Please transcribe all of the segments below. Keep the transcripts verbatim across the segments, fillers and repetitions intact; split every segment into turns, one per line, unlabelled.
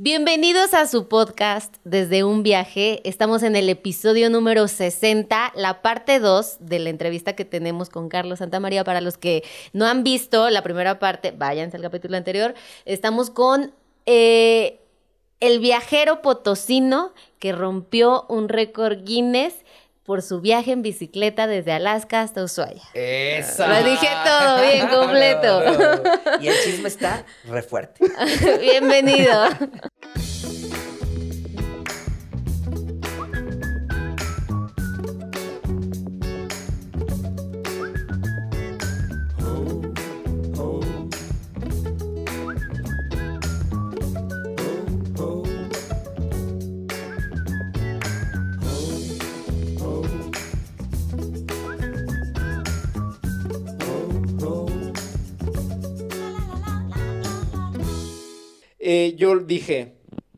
Bienvenidos a su podcast Desde un Viaje. Estamos en el episodio número sesenta, la parte dos de la entrevista que tenemos con Carlos Santamaría. Para los que no han visto la primera parte, váyanse al capítulo anterior. Estamos con eh, el viajero potosino que rompió un récord Guinness por su viaje en bicicleta desde Alaska hasta Ushuaia.
¡Eso!
Lo dije todo bien completo.
Y el chisme está re fuerte.
Bienvenido.
Eh, yo dije,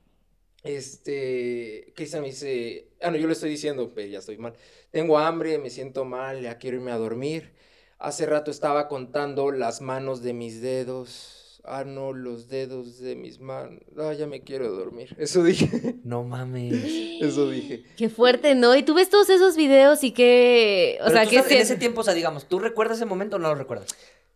este, Cristian me dice, ah, no, yo le estoy diciendo, pero ya estoy mal, tengo hambre, me siento mal, ya quiero irme a dormir. Hace rato estaba contando las manos de mis dedos, ah, no, los dedos de mis manos, ah, ya me quiero dormir. Eso dije.
No mames.
Eso dije.
Qué fuerte, ¿no? Y tú ves todos esos videos y que, o
Pero
sea,
tú
que
estás- en
se...
ese tiempo, o sea, digamos, ¿tú recuerdas ese momento o no lo recuerdas?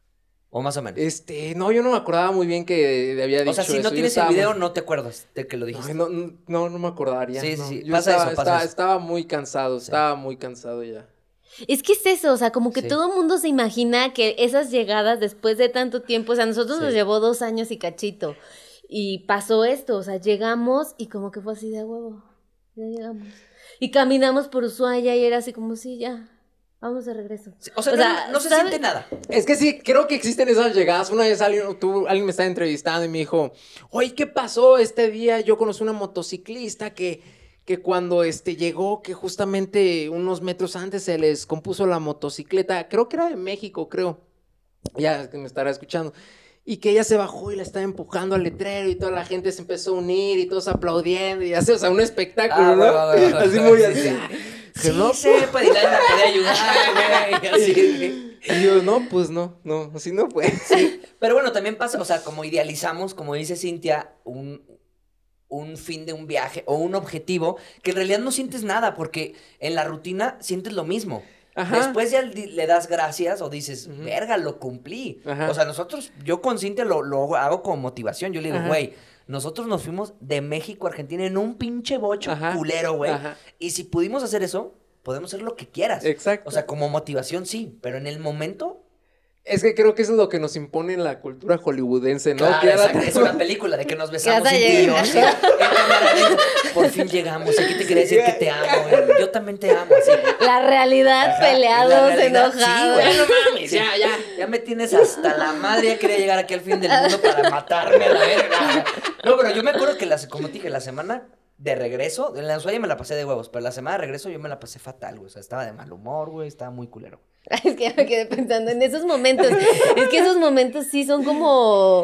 O más o menos.
Este, no, yo no me acordaba muy bien que le había dicho
O sea, si
eso.
no
Yo
tienes el
estaba
video,
muy-
no te acuerdas de que lo dijiste.
No, no, no, no me acordaría.
Sí, sí,
no.
sí,
Yo
pasa
estaba,
eso, pasa
estaba,
eso.
estaba muy cansado,
Sí.
estaba muy cansado ya.
Es que es eso, o sea, como que
Sí.
todo el mundo se imagina que esas llegadas después de tanto tiempo, o sea, a nosotros
Sí.
nos llevó dos años y cachito, y pasó esto, o sea, llegamos y como que fue así de "A huevo, ya llegamos". Y caminamos por Ushuaia y era así como, sí, ya, vamos de regreso.
Sí, O sea,
O
no,
sea,
no se
¿sabes?
siente nada.
Es que sí, creo que existen esas llegadas. Una vez alguien, tú- alguien me estaba entrevistando y me dijo, oye, ¿qué pasó este día? Yo conocí una motociclista que, que cuando este, llegó, que justamente unos metros antes se les compuso la motocicleta, creo que era de México, creo, ya que me estará escuchando, y que ella se bajó y la estaba empujando al letrero y toda la gente se empezó a unir y todos aplaudiendo y así, o sea, un espectáculo,
Ah,
¿no?
bueno, bueno, bueno.
Así muy
Sí,
así.
sí.
ah,
Sí,
que no,
sí, pues y nadie la podía ayudar, güey. Así.
Y yo, no, pues no, no, así no fue.
Sí, pero bueno, también pasa, o sea, como idealizamos, como dice Cintia, un, un fin de un viaje o un objetivo que en realidad no sientes nada porque en la rutina sientes lo mismo.
Ajá.
Después ya di- le das gracias o dices,
Ujú.
verga, lo cumplí.
Ajá.
O sea, nosotros, yo con Cintia lo, lo hago como motivación. Yo le digo,
Ajá.
güey, nosotros nos fuimos de México a Argentina en un pinche bocho
Ajá.
culero, güey.
Ajá.
Y si pudimos hacer eso, podemos hacer lo que quieras.
Exacto.
O sea, como motivación sí, pero en el momento...
Es que creo que eso es lo que nos impone en la cultura hollywoodense, ¿no?
Claro,
Que ahora
exacto, es
tenemos-
una película de que nos besamos
vas a
sin ti,
llegar.
o sea, en cámara lenta, por fin llegamos, aquí te quería decir que te amo, güey, yo también te amo, así.
La realidad,
Ajá,
peleados,
la realidad,
enojados.
Sí, güey, no mames, ya, ya, ya me tienes hasta la madre, ya quería llegar aquí al fin del mundo para matarme a la verga. No, pero yo me acuerdo que, la, como te dije, la semana de regreso, en la Ushuaia me la pasé de huevos, pero la semana de regreso yo me la pasé fatal, güey, o sea, estaba de mal humor, güey, estaba muy culero.
Es que ya me quedé pensando en esos momentos. Es que esos momentos sí son como...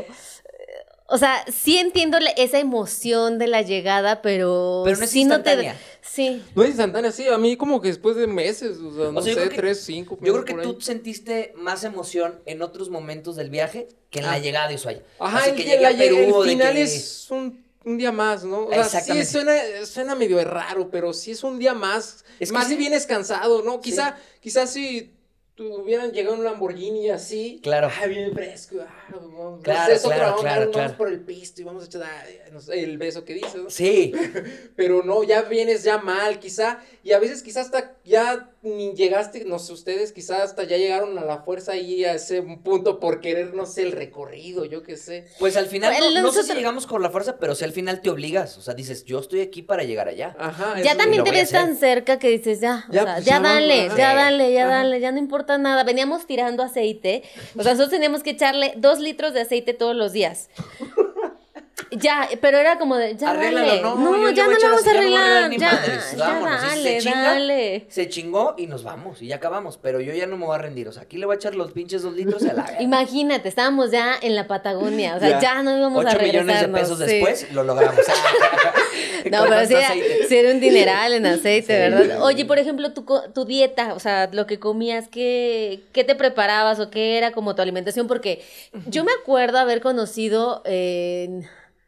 O sea, sí entiendo la- esa emoción de la llegada, pero...
Pero no es
sí no te...
instantánea.
Sí.
No es instantánea, sí, a mí como que después de meses, o sea, no
O sea, yo
sé,
creo que-
tres, cinco.
Yo creo que
por ahí.
tú sentiste más emoción en otros momentos del viaje que en
Ah.
la llegada de Ushuaia.
Ajá,
Así
el,
que
día-
llegué
la-
a Perú,
el
de
final
que-
es un, un día más, ¿no? O sea, sí
Exactamente.
suena, suena medio raro, pero sí es un día más.
Es que
más
sí.
si vienes cansado, ¿no?
Sí.
Quizá, quizás si hubieran llegado en un Lamborghini así.
Claro.
Ah, bien fresco. Ah, vamos,
Claro,
no sé, es otra
claro,
onda,
claro,
vamos
claro.
por el pisto y vamos a echar ah, no sé, el beso que dices, ¿no?
Sí,
Pero no, ya vienes ya mal, quizá, y a veces quizá hasta ya ni llegaste, no sé, ustedes quizá hasta ya llegaron a la fuerza ahí a ese punto por querer, no sé, el recorrido, yo qué sé.
pues al final,
Bueno,
no, no sé si
nosotros-
llegamos con la fuerza, pero si al final te obligas, o sea, dices, yo estoy aquí para llegar allá.
Ajá.
Ya
eso-
también
lo
te
voy a
ves
hacer.
tan cerca que dices, ya, o
Ya,
sea,
pues,
ya
ya vamos,
dale,
ajá.
ya
Sí.
dale, ya
Ajá.
dale, ya no importa nada. Veníamos tirando aceite, o sea, nosotros teníamos que echarle dos litros de aceite todos los días. Ya, pero era como de, ya
Arréglalo,
dale.
no,
No,
yo le
ya
voy
no
echar
lo vamos a
así, ya no voy a arreglar
arreglar,
ni
ya,
madres,
ya
vámonos, si se
dale,
chinga,
dale.
Se chingó y nos vamos, y ya acabamos, pero yo ya no me voy a rendir, o sea, aquí le voy a echar los pinches dos litros y a la verga.
Imagínate, estábamos ya en la Patagonia, o sea, ya,
Ya.
no íbamos a
Ocho
regresarnos.
millones de pesos
sí.
después, lo logramos.
No,
Con
pero
tanto
sí era,
aceite.
sí era un dineral en aceite,
Sí,
¿verdad?
sí.
Oye, por ejemplo, tu, co- tu dieta, o sea, lo que comías, ¿qué, qué te preparabas o qué era como tu alimentación? Porque yo me acuerdo haber conocido en...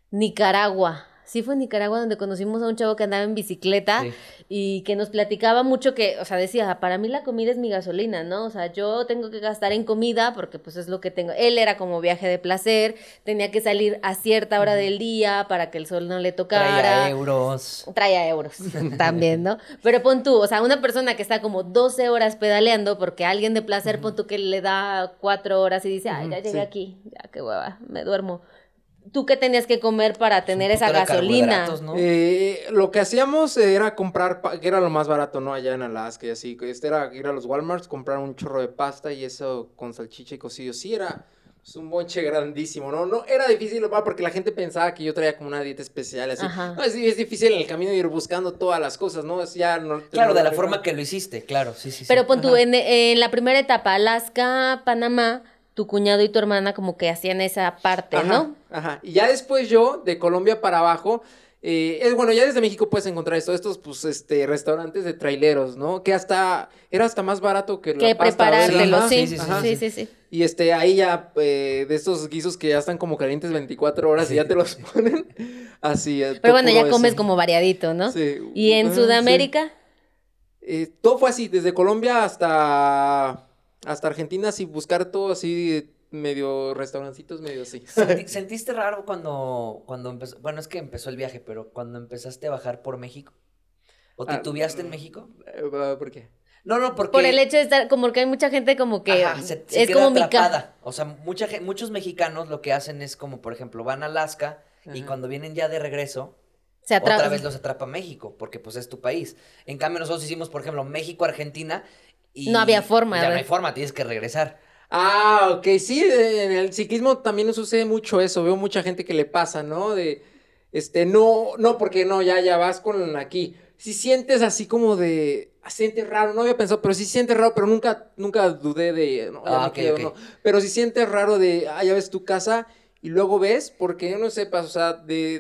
Nicaragua. Sí fue en Nicaragua donde conocimos a un chavo que andaba en bicicleta
Sí.
y que nos platicaba mucho que, o sea, decía, para mí la comida es mi gasolina, ¿no? O sea, yo tengo que gastar en comida porque pues es lo que tengo. Él era como viaje de placer, tenía que salir a cierta hora del día para que el sol no le tocara.
Traía euros.
Traía euros también, ¿no? Pero pon tú, o sea, una persona que está como doce horas pedaleando porque alguien de placer, pon tú que le da cuatro horas y dice, ay, ya llegué
sí.
aquí, ya qué hueva, me duermo. ¿Tú qué tenías que comer para tener
Un
esa
putero de
gasolina?
carbohidratos, ¿no?
Eh, lo que hacíamos era comprar, pa- que era lo más barato, ¿no? Allá en Alaska y así. Este era ir a los Walmarts, comprar un chorro de pasta y eso con salchicha y cocido. Sí, era pues, un bonche grandísimo, ¿no? No era difícil, ¿no? Porque la gente pensaba que yo traía como una dieta especial, así.
Ajá.
No, es, es difícil en el camino ir buscando todas las cosas, ¿no? Es ya no.
Claro, de la
no-
forma que lo hiciste, claro, sí, sí, sí.
Pero pon tú,
Ajá.
en, en la primera etapa, Alaska, Panamá, tu cuñado y tu hermana como que hacían esa parte,
Ajá,
¿no?
Ajá. Y ya después yo, de Colombia para abajo, eh, es bueno, ya desde México puedes encontrar esto, estos, pues, este, restaurantes de traileros, ¿no? Que hasta, era hasta más barato que
Que
la pasta, ¿verdad?
preparártelo,
Ajá,
sí,
sí, sí,
ajá.
sí, sí, sí.
Y este, ahí ya, eh, de estos guisos que ya están como calientes veinticuatro horas y ya te los ponen, así. eh,
Pero
todo
bueno, ya
puro
comes
eso.
como variadito, ¿no?
Sí.
¿Y en
Ajá,
Sudamérica?
sí. Eh, todo fue así, desde Colombia hasta, hasta Argentina, así, buscar todo así, medio restaurancitos, medio así.
Senti- ¿Sentiste raro cuando, cuando empezó? Bueno, es que empezó el viaje, pero cuando empezaste a bajar por México. ¿O
Ah,
titubeaste en México?
Eh, ¿Por qué?
No, no, porque...
Por el hecho de estar, como que hay mucha gente como que
Ajá, se, se
es
queda
como mi
atrapada.
ca...
O sea, mucha, gen- muchos mexicanos lo que hacen es como, por ejemplo, van a Alaska y
Ajá.
cuando vienen ya de regreso,
Se atrapa.
otra vez los atrapa México, porque pues es tu país. En cambio, nosotros hicimos, por ejemplo, México-Argentina y...
No había forma,
Ya no
¿verdad?
hay forma, tienes que regresar.
Ah, ok, sí, de- en el ciclismo también sucede mucho eso, veo mucha gente que le pasa, ¿no? De, este, no, no, porque no, ya, ya vas con aquí. Si sientes así como de, ah, sientes raro, no había pensado, pero sí sientes raro, pero nunca, nunca dudé de, no, ya
Ah,
me
ok,
quedo,
ok.
no. Pero si sientes raro de, ah, ya ves tu casa y luego ves, porque yo no sepas, o sea, de,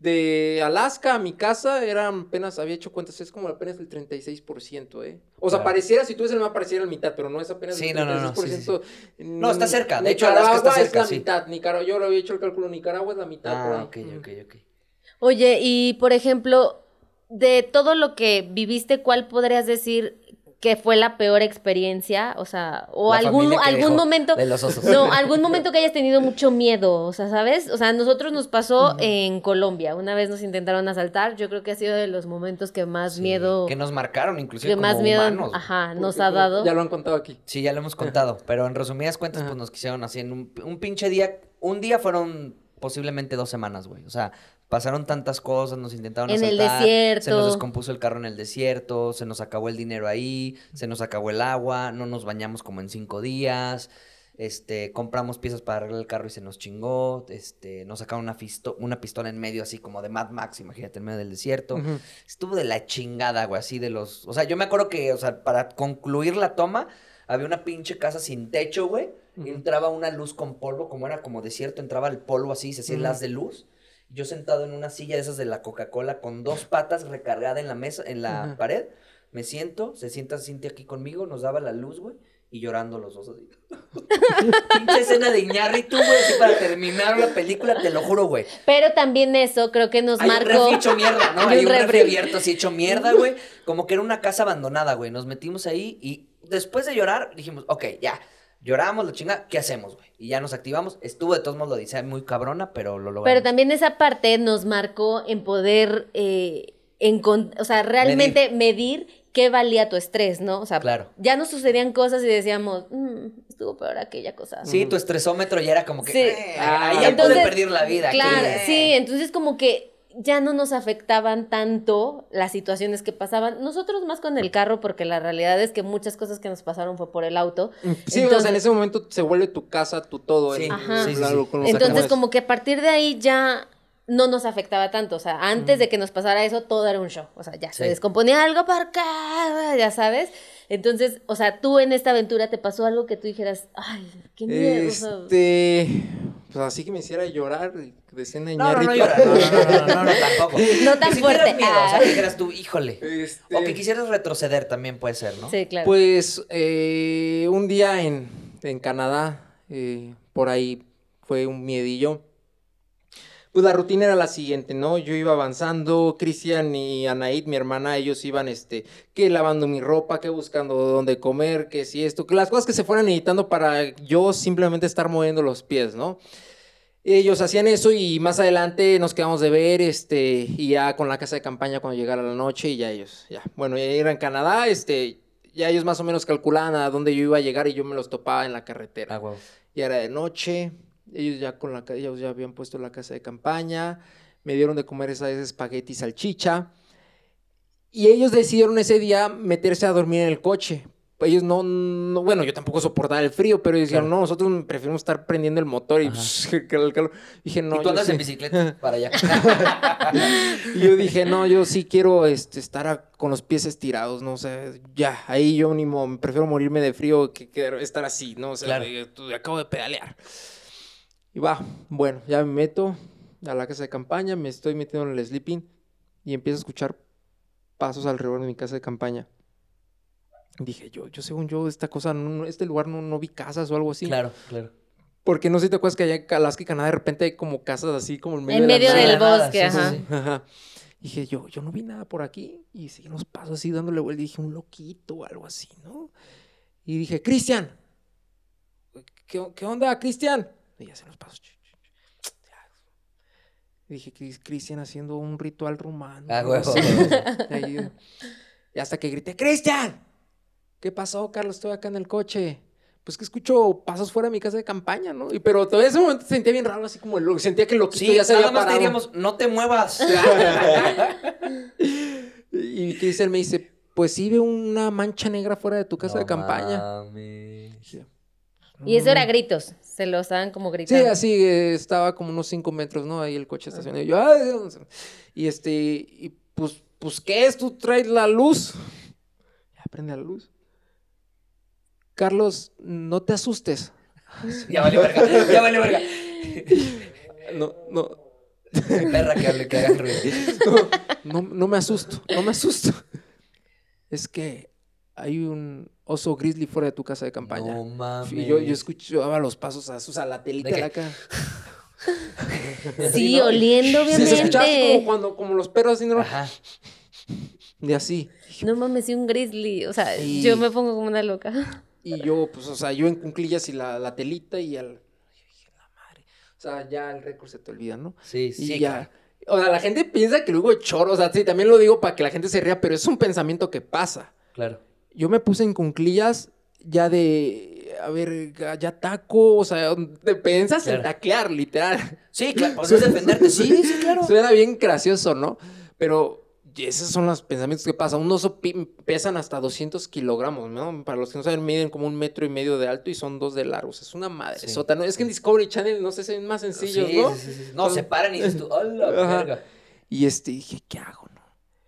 de Alaska a mi casa eran apenas, había hecho cuentas, es como apenas el treinta y seis por ciento, ¿eh? O sea,
Claro.
pareciera, si tú ves el mapa, pareciera la mitad, pero no es apenas
Sí,
el
no, no,
treinta y
no,
seis por ciento.
No, está cerca, de hecho,
Nicaragua
Alaska está cerca,
es la
sí.
mitad, Nicaragua, yo lo había hecho el cálculo, Nicaragua es la mitad por
Ah,
ahí.
ok,
Ujú.
ok, ok.
Oye, y por ejemplo, de todo lo que viviste, ¿cuál podrías decir que fue la peor experiencia? O sea, o
La
algún,
familia que
algún
dejó
momento...
de los osos.
No, algún momento que hayas tenido mucho miedo, o sea, ¿sabes? O sea, a nosotros nos pasó en Colombia. Una vez nos intentaron asaltar. Yo creo que ha sido de los momentos que más
Sí,
miedo...
que nos marcaron, inclusive
que
como
más miedo,
humanos. güey.
ajá,
¿Por
nos
qué
ha
fue?
dado.
Ya lo han contado aquí.
Sí, ya lo hemos contado, pero en resumidas cuentas,
Ajá.
pues nos quisieron así en un, un pinche día. Un día fueron posiblemente dos semanas, güey. O sea, pasaron tantas cosas, nos intentaron
En el
asaltar.
desierto.
Se nos descompuso el carro en el desierto, se nos acabó el dinero ahí, se nos acabó el agua, no nos bañamos como en cinco días. Este, compramos piezas para arreglar el carro y se nos chingó. Este, nos sacaron una, fisto- una pistola en medio así como de Mad Max, imagínate, en medio del desierto.
Ujú.
Estuvo de la chingada, güey, así de los... O sea, yo me acuerdo que, o sea, para concluir la toma, había una pinche casa sin techo, güey.
Ujú.
Entraba una luz con polvo, como era como desierto, entraba el polvo así, se hacía el
Ujú.
haz de luz. Yo sentado en una silla de esas de la Coca-Cola con dos patas recargada en la mesa, en la
Ajá.
pared. Me siento, se sienta Cintia aquí conmigo, nos daba la luz, güey. Y llorando los dos así. Pinche escena de Iñárritu, güey, así para terminar la película, te lo juro, güey.
Pero también eso creo que nos
Hay un
marcó...
refri hecho mierda, ¿no?
Hay
Hay
un
un refri
refri.
abierto así hecho mierda, güey. Como que era una casa abandonada, güey. Nos metimos ahí y después de llorar dijimos, ok, ya. Lloramos, la chinga, ¿qué hacemos, güey? Y ya nos activamos. Estuvo de todos modos, lo dice muy cabrona, pero lo logramos.
Pero también esa parte nos marcó en poder, eh, encon- o sea, realmente medir. qué valía tu estrés, ¿no? O sea,
Claro.
ya nos sucedían cosas y decíamos, "Mm, estuvo peor aquella cosa.
Sí, tu estresómetro ya era como que,
Sí.
eh,
Ah,
ahí ya
entonces,
pude perder la vida.
Claro,
aquí, eh.
sí, entonces como que ya no nos afectaban tanto las situaciones que pasaban. Nosotros más con el carro, porque la realidad es que muchas cosas que nos pasaron fue por el auto.
Sí, o
Entonces-
sea, en ese momento se vuelve tu casa, tu todo.
Sí,
en-
Ajá.
sí, sí,
claro,
sí.
con los
Entonces
acomodes.
como que a partir de ahí ya no nos afectaba tanto. O sea, antes de que nos pasara eso, todo era un show. O sea, ya se
Sí.
descomponía algo para acá, ya sabes. Entonces, o sea, tú en esta aventura te pasó algo que tú dijeras, ay, qué miedo. o sea,
Este, pues así que me hiciera llorar de escena
No, no, no,
ñarrito.
llora, no, no, no, no, no, no, tampoco.
No tan
Que si
fuerte.
tuvieras miedo, o sea,
Ah.
que dijeras tú, híjole.
Este,
O que quisieras retroceder también puede ser, ¿no?
sí, claro.
Pues eh, un día en, en Canadá, eh, por ahí fue un miedillo. Pues la rutina era la siguiente, ¿no? Yo iba avanzando, Cristian y Anaid, mi hermana, ellos iban, este, que lavando mi ropa, que buscando dónde comer, que si esto, que las cosas que se fueran editando para yo simplemente estar moviendo los pies, ¿no? Ellos hacían eso y más adelante nos quedamos de ver, este, y ya con la casa de campaña cuando llegara la noche y ya ellos, ya, bueno, ya era en Canadá, este, ya ellos más o menos calculaban a dónde yo iba a llegar y yo me los topaba en la carretera.
Ah, wow.
Ya era de noche. Ellos ya con la ellos ya habían puesto la casa de campaña, me dieron de comer esa espagueti y salchicha. Y ellos decidieron ese día meterse a dormir en el coche. Ellos no, no bueno, yo tampoco soportaba el frío, pero ellos dijeron,
Claro.
no, nosotros preferimos estar prendiendo el motor y pss, el calor. Dije, no.
Y tú andas
sí.
en bicicleta para allá.
Y yo dije, no, yo sí quiero este, estar a, con los pies estirados, ¿no? O sea, ya, ahí yo ni mo, prefiero morirme de frío que, que estar así, ¿no? O sea,
Claro.
de, de, acabo de pedalear. Y va, bueno, ya me meto a la casa de campaña, me estoy metiendo en el sleeping y empiezo a escuchar pasos alrededor de mi casa de campaña. Dije, yo, yo según yo, esta cosa, no, este lugar no, no vi casas o algo así.
Claro, claro.
Porque no sé si te acuerdas que allá en Alaska y Canadá de repente hay como casas así como en medio,
En
de
medio
la
del
nada.
nada,
bosque,
sí,
ajá.
sí, sí.
Ajá. Dije, yo, yo no vi nada por aquí. Y seguí los pasos así dándole vuelta. Y dije, un loquito o algo así, ¿no? Y dije, Cristian. ¿Qué, qué onda, Cristian? Y ya se los pasos. Y dije, Cristian haciendo un ritual rumano.
Ah,
algo
huevo.
así. Ahí, y hasta que grité, ¡Cristian! ¿Qué pasó, Carlos? Estoy acá en el coche. Pues que escucho pasos fuera de mi casa de campaña, ¿no? Y, pero todavía en ese momento sentía bien raro, así como el, sentía que el loquito
Sí,
ya se
nada
había
más te
parado.
diríamos, no te muevas.
Y Cristian me dice, pues sí veo una mancha negra fuera de tu casa
No
de campaña.
mames.
Dije,
Y eso era
"Mm".
gritos, se lo estaban como
Sí,
gritando.
así eh, estaba como unos cinco metros, ¿no? Ahí el coche estacionado. Y yo, "Ay, Dios". Y este, y pues, pues, ¿qué es? ¿Tú traes la luz? Ya prende la luz. Carlos, no te asustes.
Ya vale verga, ya vale verga.
No, no,
Perra que hable, que haga ruido.
no, no me asusto, no me asusto. Es que hay un oso grizzly fuera de tu casa de campaña.
No mames.
Y yo, yo escuchaba los pasos a, o sea, la telita
¿De
de
qué?
acá.
Sí,
¿no?
oliendo,
Sí, se escuchaba así como
obviamente.
cuando, como los perros así, ¿no?
Ajá.
De así.
No mames, sí, un grizzly. O sea,
Sí.
yo me pongo como una loca.
Y yo, pues, o sea, yo en cunclillas y la, la telita y al... Yo dije, la madre. O sea, ya el récord se te olvida, ¿no?
Sí,
Y
sí,
ya.
claro.
O sea, la gente piensa que luego es choro. O sea, sí, también lo digo para que la gente se ría, pero es un pensamiento que pasa.
Claro.
Yo me puse en cunclillas ya de... A ver, ya taco, o sea, te piensas en
Claro.
taclear, literal.
Sí, claro, podrías defenderte. Sí, sí, claro.
Suena bien gracioso, ¿no? Pero esos son los pensamientos que pasan. Un oso pi- pesan hasta doscientos kilogramos, ¿no? Para los que no saben, miden como un metro y medio de alto y son dos de largos. Es una madre
Sí.
sota, ¿no? Es que en Discovery Channel, no sé, se ven más sencillos,
Sí,
¿no?
sí, sí, sí. No, se paran y dices tú, ¡hola,
Ajá.
verga!
Y este, dije, ¿qué hago, no?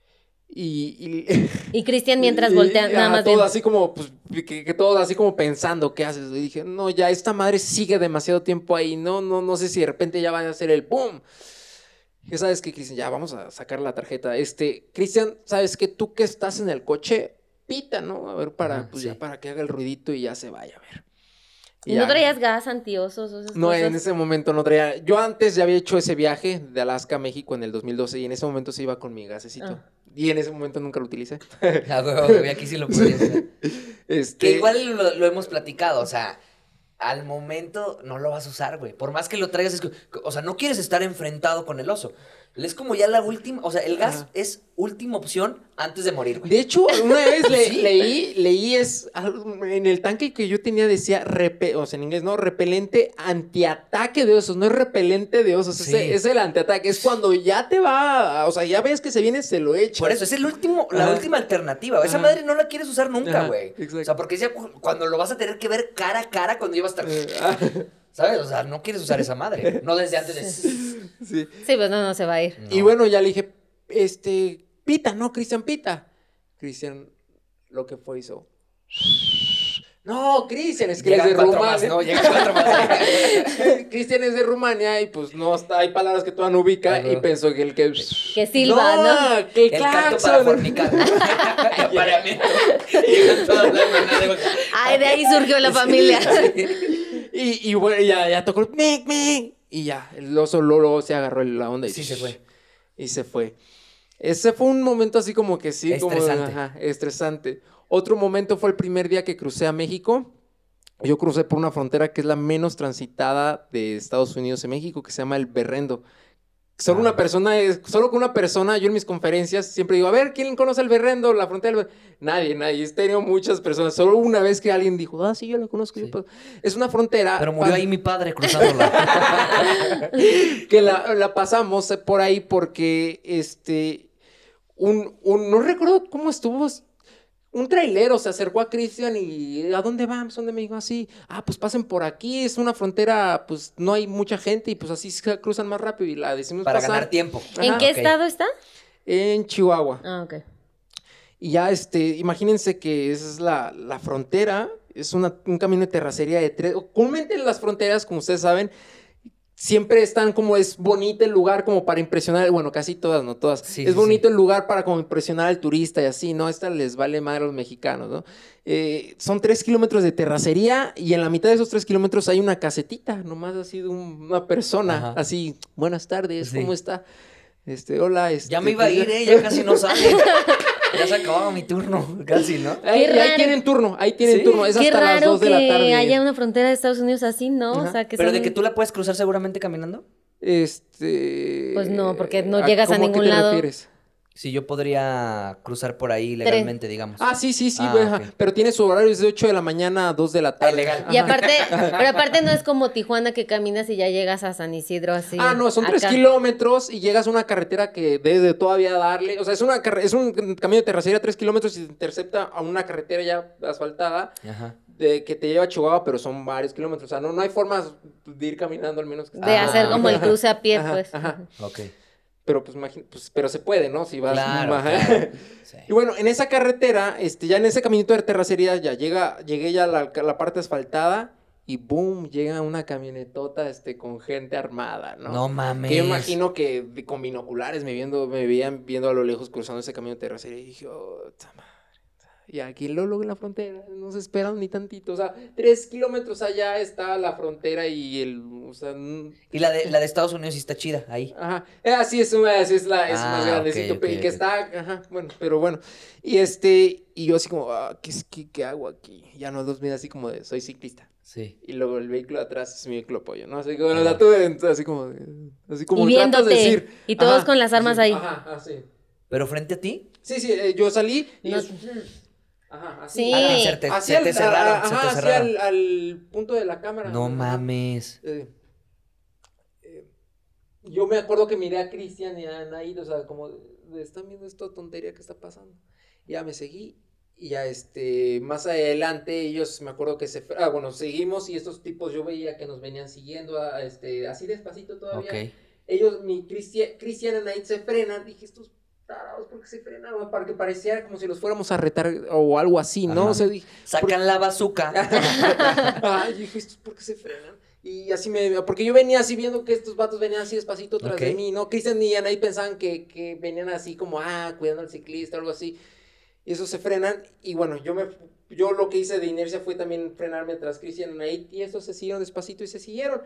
Y... y
Y Cristian mientras
y-
voltea,
y,
nada
ah,
más
todo
bien.
así como, pues, que, que todo así como pensando, ¿qué haces? Y dije, no, ya esta madre sigue demasiado tiempo ahí, no, no, no sé si de repente ya van a hacer el boom. ¿Qué sabes qué, Cristian? Ya vamos a sacar la tarjeta. Este, Cristian, ¿sabes qué? Tú que estás en el coche, pita, ¿no? A ver, para,
Ajá,
pues
sí.
ya para que haga el ruidito y ya se vaya a ver.
¿Y no
ya.
traías gas antiosos o esas
No,
cosas?
en ese momento no traía. Yo antes ya había hecho ese viaje de Alaska a México en el dos mil doce y en ese momento se iba con mi gasecito.
Ah.
Y en ese momento nunca lo utilicé.
Ah, güey, güey, aquí sí lo podrías hacer.
Este,
Que igual lo, lo hemos platicado, o sea, al momento no lo vas a usar, güey. Por más que lo traigas, es que, o sea, no quieres estar enfrentado con el oso. Es como ya la última, o sea, el gas
Ajá.
es última opción antes de morir, güey.
De hecho, una vez le-
Sí.
leí, leí es algo- en el tanque que yo tenía decía, repe- o sea, en inglés, no, repelente antiataque de osos, no es repelente de osos,
Sí.
ese- es el antiataque, es cuando ya te va, o sea, ya ves que se viene, se lo echa.
Por eso, es el último, la
Ajá.
última alternativa. Esa
Ajá.
madre no la quieres usar nunca,
Ajá,
güey.
exacto.
O sea, porque ya cu- cuando lo vas a tener que ver cara a cara cuando ya vas a estar...
Eh, ah,
¿Sabes? O sea, no quieres usar esa madre. No desde antes de...
sí.
Sí, pues no, no se va a ir.
No.
Y bueno, ya le dije, este, pita, no, Cristian, pita. Cristian, lo que fue hizo. No, Cristian, es que él es
Llegan
de
cuatro más,
Rumania.
¿no? Llegan cuatro más.
Cristian es de Rumania y pues no está, hay palabras que todavía no ubica
Ajá.
y pensó que el que...
Que silba, ¿no?
Que el,
El canto
claxon.
para fornicar. El apareamiento. Llegan todas las maneras.
Ay, de ahí surgió la familia.
Y, y bueno, ya, ya tocó el mic, mic. Y ya, el oso luego se agarró la onda y
Sí, se fue.
Y se fue. Ese fue un momento así como que sí,
Estresante.
como ajá, estresante. Otro momento fue el primer día que crucé a México. Yo crucé por una frontera que es la menos transitada de Estados Unidos y México, que se llama el Berrendo. Solo
Ah.
una persona, es, solo con una persona, yo en mis conferencias siempre digo, a ver, ¿quién conoce el Berrendo, la frontera? del Ber-?" Nadie, nadie. He tenido muchas personas. Solo una vez que alguien dijo, ah, sí, yo la conozco.
Sí.
Yo, pues, es una frontera.
Pero murió
pa-
ahí mi padre cruzándola.
que la, la pasamos por ahí porque, este, un, un, no recuerdo cómo estuvo, un trailero se acercó a Cristian y, ¿a dónde vamos? ¿Dónde me dijo así? Ah, pues pasen por aquí, es una frontera, pues no hay mucha gente y pues así se cruzan más rápido y la decimos
Para
pasar.
ganar tiempo.
Ajá.
¿En qué
Ok.
estado está?
En Chihuahua.
Ah, ok.
Y ya, este, imagínense que esa es la, la frontera, es una, un camino de terracería de tres. Comúnmente las fronteras, como ustedes saben, siempre están como es bonito el lugar como para impresionar, bueno, casi todas, no todas.
Sí,
es
sí,
bonito
sí.
el lugar para como impresionar al turista y así, ¿no? Esta les vale madre a los mexicanos, ¿no? Eh, son tres kilómetros de terracería y en la mitad de esos tres kilómetros hay una casetita, nomás así de un- una persona,
Ajá.
así, buenas tardes,
Sí.
¿cómo está? Este, hola, este...
Ya me iba a ir, ¿eh? Ya casi no sale. Ya se acababa mi turno, casi, ¿no?
Ahí,
Qué
y ahí
raro.
tienen turno, ahí tienen
Sí.
turno, es
Qué
hasta las
raro
dos de
que
la tarde.
haya una frontera de Estados Unidos así, ¿no?
Ajá.
O sea, que
Pero
son-
de que tú la puedes cruzar seguramente caminando.
Este...
Pues no, porque no
¿a
llegas a
cómo
ningún
qué te
lado.
refieres?
Si yo podría cruzar por ahí legalmente, digamos.
Ah, sí, sí, sí,
Ah,
güey, ajá.
ok.
pero tiene su horario es de ocho de la mañana a dos de la tarde.
Ah, legal.
Y
Ajá.
aparte, pero aparte no es como Tijuana que caminas y ya llegas a San Isidro así.
Ah, no, son tres
acá.
kilómetros y llegas a una carretera que debe de todavía darle. O sea, es, una, carre- es un camino de terracería tres kilómetros y te intercepta a una carretera ya asfaltada
Ajá.
de, que te lleva a Chihuahua, pero son varios kilómetros. O sea, no, no hay formas de ir caminando al menos. Que
De
Ah,
hacer como el
ajá,
cruce a pie,
ajá,
pues.
ajá.
Ok.
Pero pues, imagina, pues, pero se puede, ¿no? Si vas.
Claro,
ajá.
claro. Sí.
Y bueno, en esa carretera, este, ya en ese caminito de terracería, ya llega, llegué ya a la, a la parte asfaltada y boom, llega una camionetota, este, con gente armada, ¿no?
No mames.
Que yo imagino que de- con binoculares me viendo, me veían viendo a lo lejos cruzando ese camino de terracería y dije, oh, ta madre. Y aquí lo logro en la frontera, no se esperan ni tantito, o sea, tres kilómetros allá está la frontera y el, o sea, n-
Y la de, la de Estados Unidos sí está chida, ahí.
ajá, eh, así es, una- así es la, es
Ah,
más grandecito,
ok,
pe- y
ok,
que
ok.
está, ajá, bueno, pero bueno, y este, y yo así como, ah, ¿qué, es- qué, qué hago aquí? Ya no, dos mil así como de, soy ciclista.
Sí.
Y luego el vehículo de atrás es mi vehículo apoyo, ¿no? Así que bueno,
Ajá.
la tuve, así como, de- así como
Y
tratas de
viéndote,
decir.
y todos
Ajá,
con las armas
sí,
ahí.
Ajá, así.
¿Pero frente a ti?
Sí, sí, eh, yo salí y
No-
yo- ajá, así.
Sí.
Ah, que se te,
Hacia
se
el-
te cerraron,
ajá,
se te
hacia
cerraron.
al, al punto de la cámara.
No
Ajá.
mames.
Eh, eh, yo me acuerdo que miré a Cristian y a Anaid, o sea, como, de, ¿están viendo esta tontería que está pasando? Y ya me seguí, y ya, este, más adelante, ellos, me acuerdo que se, ah, bueno, seguimos, y estos tipos yo veía que nos venían siguiendo, a, este, así despacito todavía.
Ok.
Ellos, mi Cristian, Cristian y Anaid se frenan, dije, estos tarados, ¿por qué se frenan? Para que pareciera como si los fuéramos a retar, o algo así, ¿no?
Ajá.
O sea, dije,
Sacan la bazooka.
Ay, yo dije, ¿estos por qué se frenan? Y así me... Porque yo venía así viendo que estos vatos venían así despacito tras
Ok.
de mí, ¿no? Cristian y Anaí pensaban que, que venían así como, ah, cuidando al ciclista o algo así. Y eso se frenan. Y bueno, yo me... Yo lo que hice de inercia fue también frenarme tras Cristian y Anaí. Y estos se siguieron despacito y se siguieron.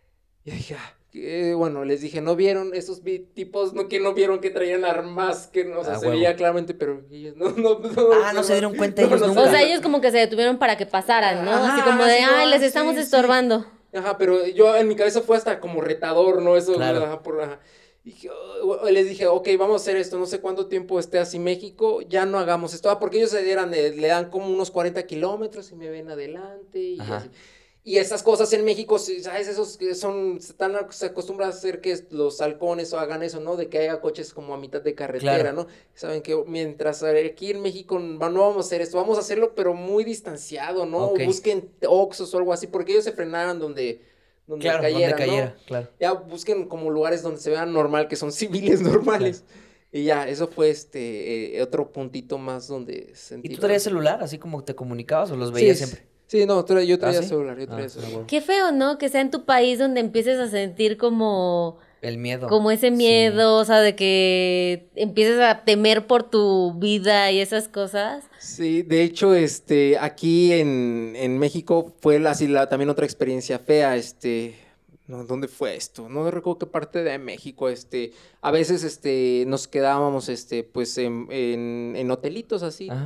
Y dije, ah, que, bueno, les dije, ¿no vieron? Estos vi- tipos, no, que no vieron que traían armas, que no, o sea,
Ah,
se
huevo.
veía claramente, pero ellos no, no, no.
Ah, no se dieron cuenta ellos
no,
nunca.
O sea, ellos como que se detuvieron para que pasaran, ¿no?
Ajá,
Así como de,
sí, no,
ay, les
sí,
estamos
sí.
estorbando.
Ajá, pero yo en mi cabeza fue hasta como retador, ¿no? Eso,
Claro.
ajá, por, ajá. Y dije, oh, les dije, ok, vamos a hacer esto, no sé cuánto tiempo esté así México, ya no hagamos esto, ah, porque ellos se eran de- le dan como unos cuarenta kilómetros y me ven adelante y
Ajá.
así. Y esas cosas en México, sí, ¿sabes? Esos que son, se, están, se acostumbran a hacer que los halcones o hagan eso, ¿no? De que haya coches como a mitad de carretera,
Claro.
¿no? Saben que mientras aquí en México no vamos a hacer esto, vamos a hacerlo, pero muy distanciado, ¿no?
Ok.
Busquen Oxxos o algo así, porque ellos se frenaran donde, donde
Claro,
cayeran,
donde cayera,
¿no?
claro.
Ya busquen como lugares donde se vean normal, que son civiles normales. Y ya, eso fue este eh, otro puntito más donde sentí.
¿Y tú traías celular? ¿Así como te comunicabas o los
Sí,
veías
sí,
siempre?
Sí, no, tra- yo traía
¿Ah, sí?
celular, yo
Ah,
traía
ah,
celular.
huevo.
Qué feo, ¿no? Que sea en tu país donde empieces a sentir como,
El miedo.
como ese
Sí.
miedo, o sea, de que empieces a temer por tu vida y esas cosas.
Sí, de hecho, este, aquí en, en México fue la- así la, también otra experiencia fea, este, no, ¿dónde fue esto? No recuerdo qué parte de México, este, a veces, este, nos quedábamos, este, pues, en, en, en hotelitos así,
Ajá.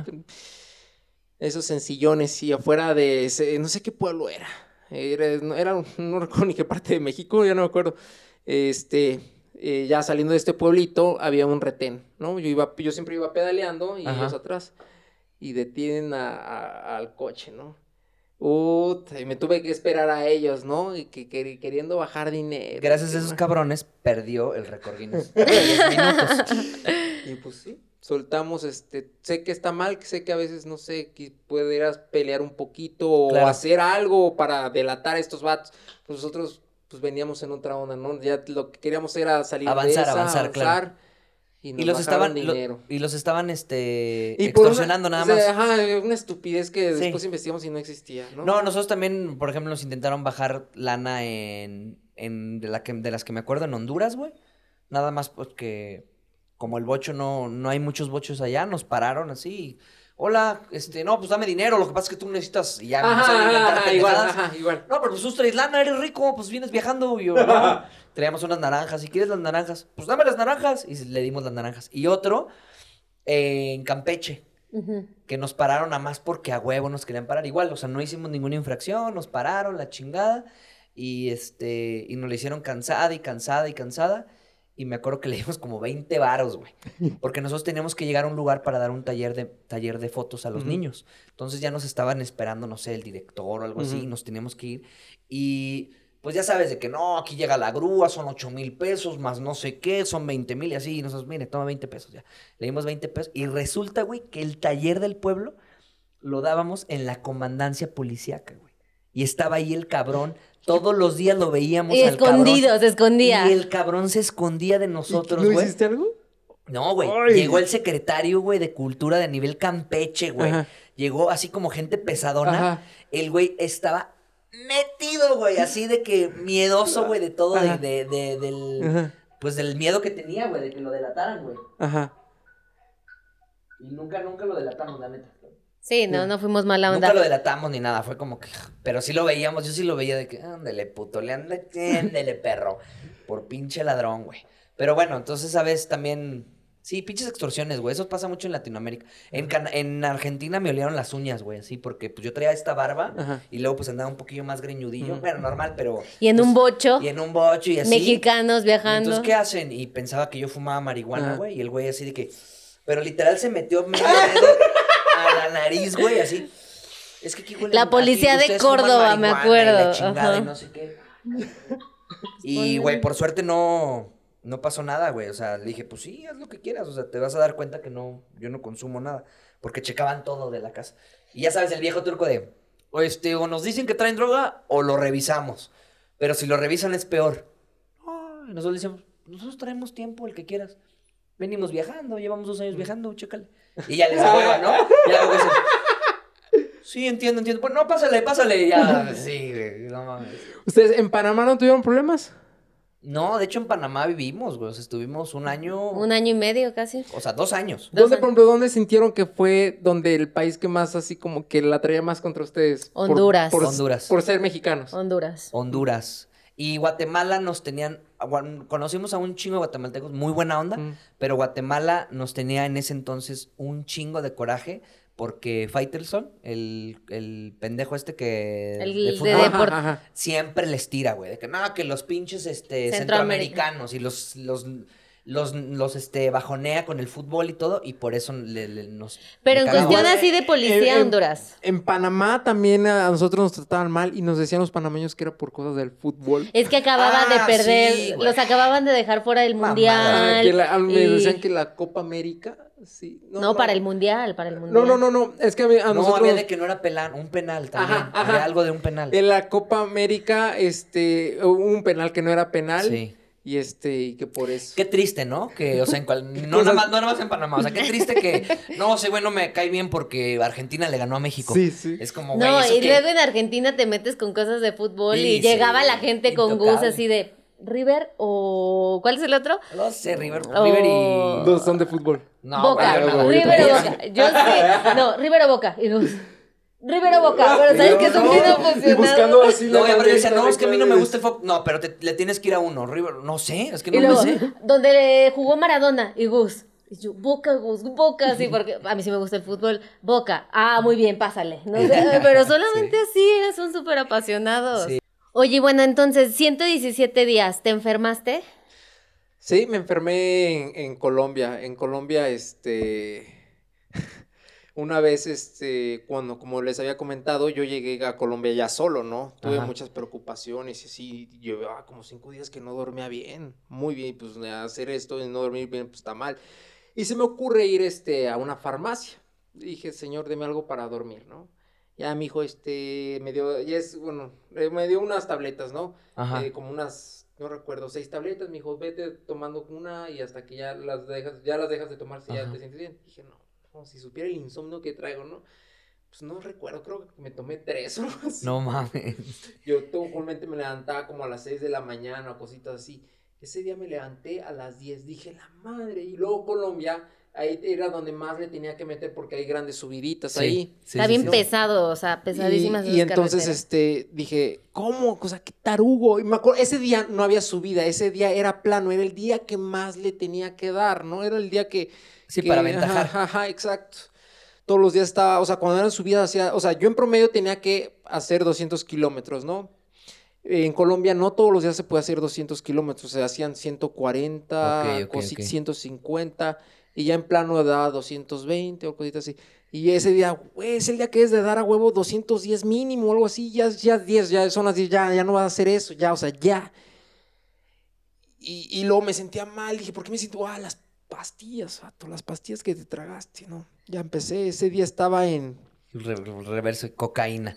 esos sencillones, y afuera de ese, no sé qué pueblo era, era, no, era, no recuerdo ni qué parte de México, ya no me acuerdo, este, eh, ya saliendo de este pueblito, había un retén, ¿no? Yo iba, yo siempre iba pedaleando, y
Ajá.
ellos atrás, y detienen a, a, al coche, ¿no? Uta, y me tuve que esperar a ellos, ¿no? Y que, que queriendo bajar dinero.
Gracias a esos cabrones, perdió el récord Guinness. diez minutos.
Y pues sí, soltamos, este, sé que está mal, sé que a veces, no sé, que pudieras pelear un poquito o
Claro.
hacer algo para delatar a estos vatos. Pues nosotros, pues veníamos en otra onda, ¿no? Ya lo que queríamos era salir
Avanzar,
de esa,
avanzar,
avanzar.
claro.
Y, nos
Y los
bajaron
estaban, lo-
dinero.
y los estaban, este,
Y por una-
extorsionando nada
o sea,
más.
Ajá, una estupidez que
Sí.
después investigamos y no existía, ¿no?
No, nosotros también, por ejemplo, nos intentaron bajar lana en, en de, la que, de las que me acuerdo en Honduras, güey. Nada más porque como el bocho no, no hay muchos bochos allá, nos pararon así. Hola, este, no, pues dame dinero, lo que pasa es que tú necesitas y ya me empezaron a
Ajá,
inventar
ajá, igual,
pendejadas.
ajá, igual.
No, pero pues tú traes lana, eres rico, pues vienes viajando. Y yo, no, traíamos unas naranjas, si quieres las naranjas, pues dame las naranjas. Y le dimos las naranjas. Y otro, eh, en Campeche,
Ujú.
que nos pararon a más porque a huevo nos querían parar. Igual, o sea, no hicimos ninguna infracción, nos pararon, la chingada. Y este, y nos la hicieron cansada y cansada y cansada. Y me acuerdo que le dimos como veinte varos, güey. Porque nosotros teníamos que llegar a un lugar para dar un taller de, taller de fotos a los
Ujú.
niños. Entonces ya nos estaban esperando, no sé, el director o algo así, y
Ujú.
nos teníamos que ir. Y pues ya sabes de que no, aquí llega la grúa, son ocho mil pesos, más no sé qué, son veinte mil y así. Y nosotros, mire, toma veinte pesos ya. Le dimos veinte pesos. Y resulta, güey, que el taller del pueblo lo dábamos en la comandancia policíaca, güey. Y estaba ahí el cabrón. Todos los días lo veíamos
Y
al cabrón.
escondido, se escondía.
Y el cabrón se escondía de nosotros,
¿No
güey.
hiciste algo?
No, güey.
Ay.
Llegó el secretario, güey, de cultura de nivel Campeche, güey.
Ajá.
Llegó así como gente pesadona.
Ajá.
El güey estaba metido, güey, así de que miedoso, güey, de todo, de,
Ajá.
de, de- del,
Ajá.
pues del miedo que tenía, güey, de que lo delataran, güey.
Ajá.
Y nunca, nunca lo delatamos, la neta.
Sí, no, no fuimos mala onda.
Nunca lo delatamos ni nada, fue como que, pero sí lo veíamos, yo sí lo veía de que, ándale, puto, le ándale, ándale, perro, por pinche ladrón, güey. Pero bueno, entonces, ¿sabes? También, sí, pinches extorsiones, güey, eso pasa mucho en Latinoamérica. En, Cana- en Argentina me olieron las uñas, güey, así, porque pues yo traía esta barba
Ajá.
y luego pues andaba un poquillo más greñudillo,
Ujú.
bueno, normal, pero...
Y en
pues,
un bocho,
Y en un bocho y así.
mexicanos
Y
viajando.
entonces, ¿qué hacen? Y pensaba que yo fumaba marihuana,
Ajá.
güey, y el güey así de que... Pero literal se metió medio dedo a la nariz, güey, así. Es que aquí huele-
La
aquí
policía de
ustedes fuman
Córdoba, me
marihuana y
acuerdo,
la chingada
ajá.
y no sé qué. Y, güey, por suerte no, no pasó nada, güey. O sea, le dije, pues sí, haz lo que quieras. O sea, te vas a dar cuenta que no, yo no consumo nada. Porque checaban todo de la casa. Y ya sabes, el viejo turco de, o este, o nos dicen que traen droga o lo revisamos. Pero si lo revisan es peor. No, y nosotros le decimos, nosotros traemos tiempo, el que quieras. Venimos viajando, llevamos dos años viajando, chécale. Y ya les hueva, ¿no? Ya luego dicen, sí, entiendo, entiendo. Pues no, pásale, pásale. Ya, sí, güey, no mames.
¿Ustedes en Panamá no tuvieron problemas?
No, de hecho en Panamá vivimos, güey. O sea, estuvimos un año.
Un año y medio casi.
O sea, dos años.
Dos
¿Dónde,
años.
por ejemplo, dónde sintieron que fue donde el país que más así como que la traía más contra ustedes? Por-
Honduras.
Por,
Honduras.
Por ser mexicanos.
Honduras.
Honduras. Y Guatemala nos tenían. gua- Conocimos a un chingo de guatemaltecos, muy buena onda.
Mm.
Pero Guatemala nos tenía en ese entonces un chingo de coraje. Porque Faitelson, el, el pendejo este que.
El
de
de
fútbol,
depor-
Ajá, ajá.
siempre les tira, güey. De que no, que los pinches este,
Centroamérica.
centroamericanos y los, los, los, los este, bajonea con el fútbol y todo. Y por eso le, le- nos.
Pero
le
en
cagaba.
cuestión
Igual,
así de policía,
eh, eh,
Honduras.
En Panamá también a nosotros nos trataban mal y nos decían los panameños que era por cosas del fútbol.
Es que acababa
Ah,
de perder,
sí, güey.
los acababan de dejar fuera del
Mamada.
mundial.
Ah, que la- a mí me
y-
decían que la Copa América, sí.
No, para el mundial, para el mundial.
No, no, no, no, es que a, mí- a
No,
nosotros
había de que no era penal, un penal también.
Ajá, ajá.
Había algo de un penal.
en la Copa América, este, hubo un penal que no era penal
Sí.
y este, y que por eso.
Qué triste, ¿no? Que, o sea, en cual, no,
Cosas-
nada más, no nada más en Panamá. O sea, qué triste que, no, ese güey no me cae bien porque Argentina le ganó a México.
Sí, sí.
Es como, güey,
No,
¿eso
y
qué?
luego en Argentina te metes con cosas de fútbol
Sí,
y llegaba
sí,
la gente con gus
intocable.
así de River o ¿cuál es el otro?
No sé, River,
Oh.
River y...
Dos son de fútbol.
No,
Boca,
güey,
no,
River
ahorita
o
Boca.
Boca. Yo sí, no, River o Boca. Y Gus. River o Boca, pero sabes
no,
que son
no,
bien
y
apasionados.
buscando así
No,
la
y aparte decía,
banderita
no, es que a mí no me
de-
gusta el fútbol. No, pero te, le tienes que ir a uno, River. No sé, es que
Y
no
luego,
me sé.
donde jugó Maradona y Gus. Y yo, Boca, Gus, Boca, sí, porque a mí sí me gusta el fútbol. Boca, ah, muy bien, pásale. No sé, pero solamente así, son súper apasionados.
Sí.
Oye, bueno, entonces, ciento diecisiete días, ¿te enfermaste?
Sí, me enfermé en, en Colombia. En Colombia, este... Una vez, este, cuando, como les había comentado, yo llegué a Colombia ya solo, ¿no? Tuve
Ajá.
muchas preocupaciones y así, llevaba como cinco días que no dormía bien, muy bien, pues hacer esto y no dormir bien, pues está mal. Y se me ocurre ir, este, a una farmacia. Dije, señor, deme algo para dormir, ¿no? Ya mi hijo, este, me dio, ya es, bueno, eh, me dio unas tabletas, ¿no?
Ajá.
Eh, como unas, no recuerdo, seis tabletas, me dijo, vete tomando una y hasta que ya las dejas, ya las dejas de tomar si ya
Ajá.
te sientes bien. Dije, no. Como si supiera el insomnio que traigo, ¿no? Pues no recuerdo, creo que me tomé tres o algo así.
No mames.
Yo usualmente me levantaba como a las seis de la mañana o cositas así. Ese día me levanté a las diez, dije, la madre. Y luego Colombia, ahí era donde más le tenía que meter porque hay grandes subiditas
Sí,
ahí.
sí,
Está
sí,
bien
sí.
pesado, o sea, pesadísimas
Y,
esas
y entonces,
carreteras.
este, dije, ¿cómo? O sea, qué tarugo. Y me acuerdo, ese día no había subida, ese día era plano, era el día que más le tenía que dar, ¿no? Era el día que...
Sí,
que-
para aventajar.
Ajá, ajá, exacto. Todos los días estaba, o sea, cuando eran subidas, hacía, o sea, yo en promedio tenía que hacer doscientos kilómetros, ¿no? En Colombia no todos los días se puede hacer doscientos kilómetros, se hacían ciento cuarenta,
Ok, ok,
cosi-
ok.
ciento cincuenta, y ya en plano daba doscientos veinte o cositas así. Y ese día, güey, es el día que es de dar a huevo doscientos diez mínimo, algo así, ya, ya diez, ya son las diez, ya, ya no vas a hacer eso, ya, o sea, ya. Y, y luego me sentía mal, dije, ¿por qué me siento? Ah, las pastillas, vato, las pastillas que te tragaste, ¿no? Ya empecé, ese día estaba en...
Re- reverso de cocaína.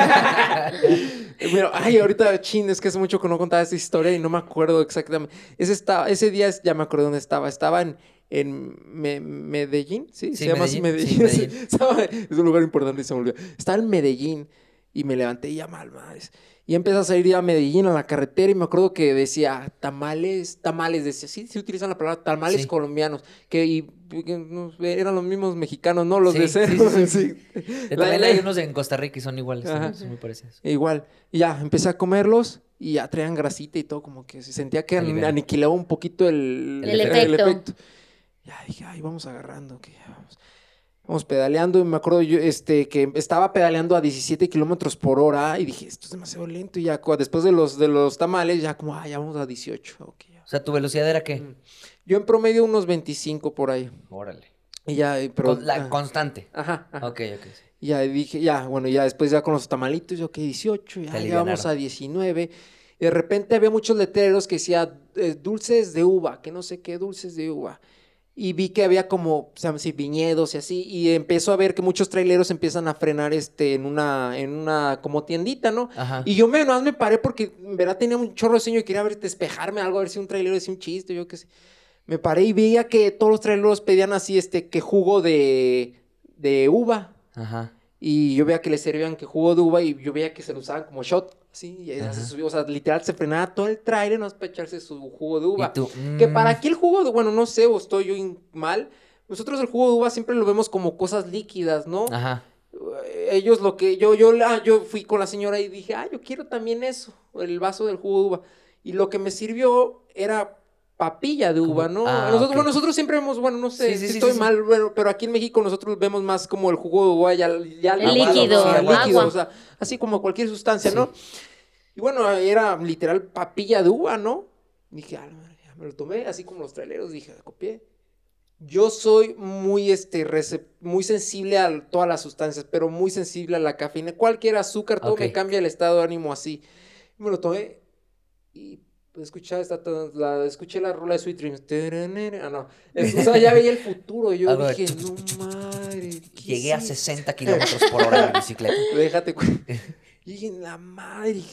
Pero, ay, ahorita, chin, es que hace mucho que no contaba esta historia y no me acuerdo exactamente. Ese, estaba, ese día es- ya me acuerdo dónde estaba. Estaba en, en Me- Medellín, ¿sí?
Sí,
Se llama así
Medellín,
Medellín.
sí,
sí.
Medellín.
Estaba- es un lugar importante y se me olvidó. Estaba en Medellín y me levanté ya mal, madres. Y empecé a salir a Medellín a la carretera y me acuerdo que decía tamales, tamales, decía, sí, sí utilizan la palabra tamales
Sí.
colombianos, que, y, que no, eran los mismos mexicanos, ¿no? Los
Sí,
de
sí,
cero.
sí, sí,
sí.
Eh,
La-
También
la-
hay unos en Costa Rica y son iguales,
Ajá.
son, son muy parecidos.
Igual, y ya empecé a comerlos y ya traían grasita y todo, como que se sentía que
Te
an-
aliviana.
aniquilaba un poquito el,
El
efecto.
Ya dije, ay, vamos agarrando, que ya vamos. Vamos pedaleando y me acuerdo yo este, que estaba pedaleando a diecisiete kilómetros por hora y dije, esto es demasiado lento y ya cu- después de los, de los tamales ya como, ah, ya vamos a dieciocho. ok, ya.
O sea, ¿tu velocidad era qué?
Mm. Yo en promedio unos veinticinco por ahí.
Órale.
Y ya, eh, pero...
Con- la
ah,
constante.
ajá, ajá.
Ok, ok. sí.
Y ya dije, ya, bueno, ya después ya con los tamalitos, yo, ok, dieciocho, ya
Te
llegamos
alivianaron.
a diecinueve. Y de repente había muchos letreros que decía eh, dulces de uva, que no sé qué, dulces de uva. Y vi que había como, o sea, sí, viñedos y así, y empezó a ver que muchos traileros empiezan a frenar este, en una, en una como tiendita, ¿no?
Ajá.
Y yo me, nada más me paré porque en verdad tenía un chorro de sueño y quería ver, despejarme algo, a ver si un trailero decía un chiste, yo qué sé. Me paré y veía que todos los traileros pedían así, este, que jugo de, de uva.
Ajá.
Y yo veía que le servían que jugo de uva y yo veía que se lo usaban como shot, así, y
Ajá.
se subió, o sea, literal se frenaba todo el trailer, no es para echarse su jugo de uva.
Y tú,
Que
mm,
para aquí el jugo de, bueno, no sé, o estoy yo in- mal, nosotros el jugo de uva siempre lo vemos como cosas líquidas, ¿no?
Ajá.
Eh, Ellos lo que, yo, yo, ah, yo fui con la señora y dije, ah, yo quiero también eso, el vaso del jugo de uva. Y lo que me sirvió era papilla de uva,
Como-
¿no?
ah,
nosotros,
ok.
bueno, nosotros siempre vemos, bueno, no sé,
Sí, sí,
si
sí,
estoy
sí, sí.
mal, bueno, pero aquí en México nosotros vemos más como el jugo de uva, ya, ya
El
aguado,
líquido,
¿no?
sí,
el
agua.
líquido, o sea, así como cualquier sustancia,
Sí.
¿no? Y bueno, era literal papilla de uva, ¿no? Dije, ah, ya me lo tomé, así como los traileros, dije, copié. Yo soy muy, este, recep- muy sensible a todas las sustancias, pero muy sensible a la cafeína. Cualquier azúcar, todo
Ok.
me cambia el estado de ánimo así. Me lo tomé y pues, escuchaba esta, la, escuché la rola de Sweet Dreams. Ah, no. Es- o sea, ya veía el futuro. Yo
Algo de
dije,
tu,
no
tu, tu, tu,
madre. ¿qué
Llegué a
es esto?".
sesenta kilómetros por hora en bicicleta.
Déjate. cu- Y dije, la madre.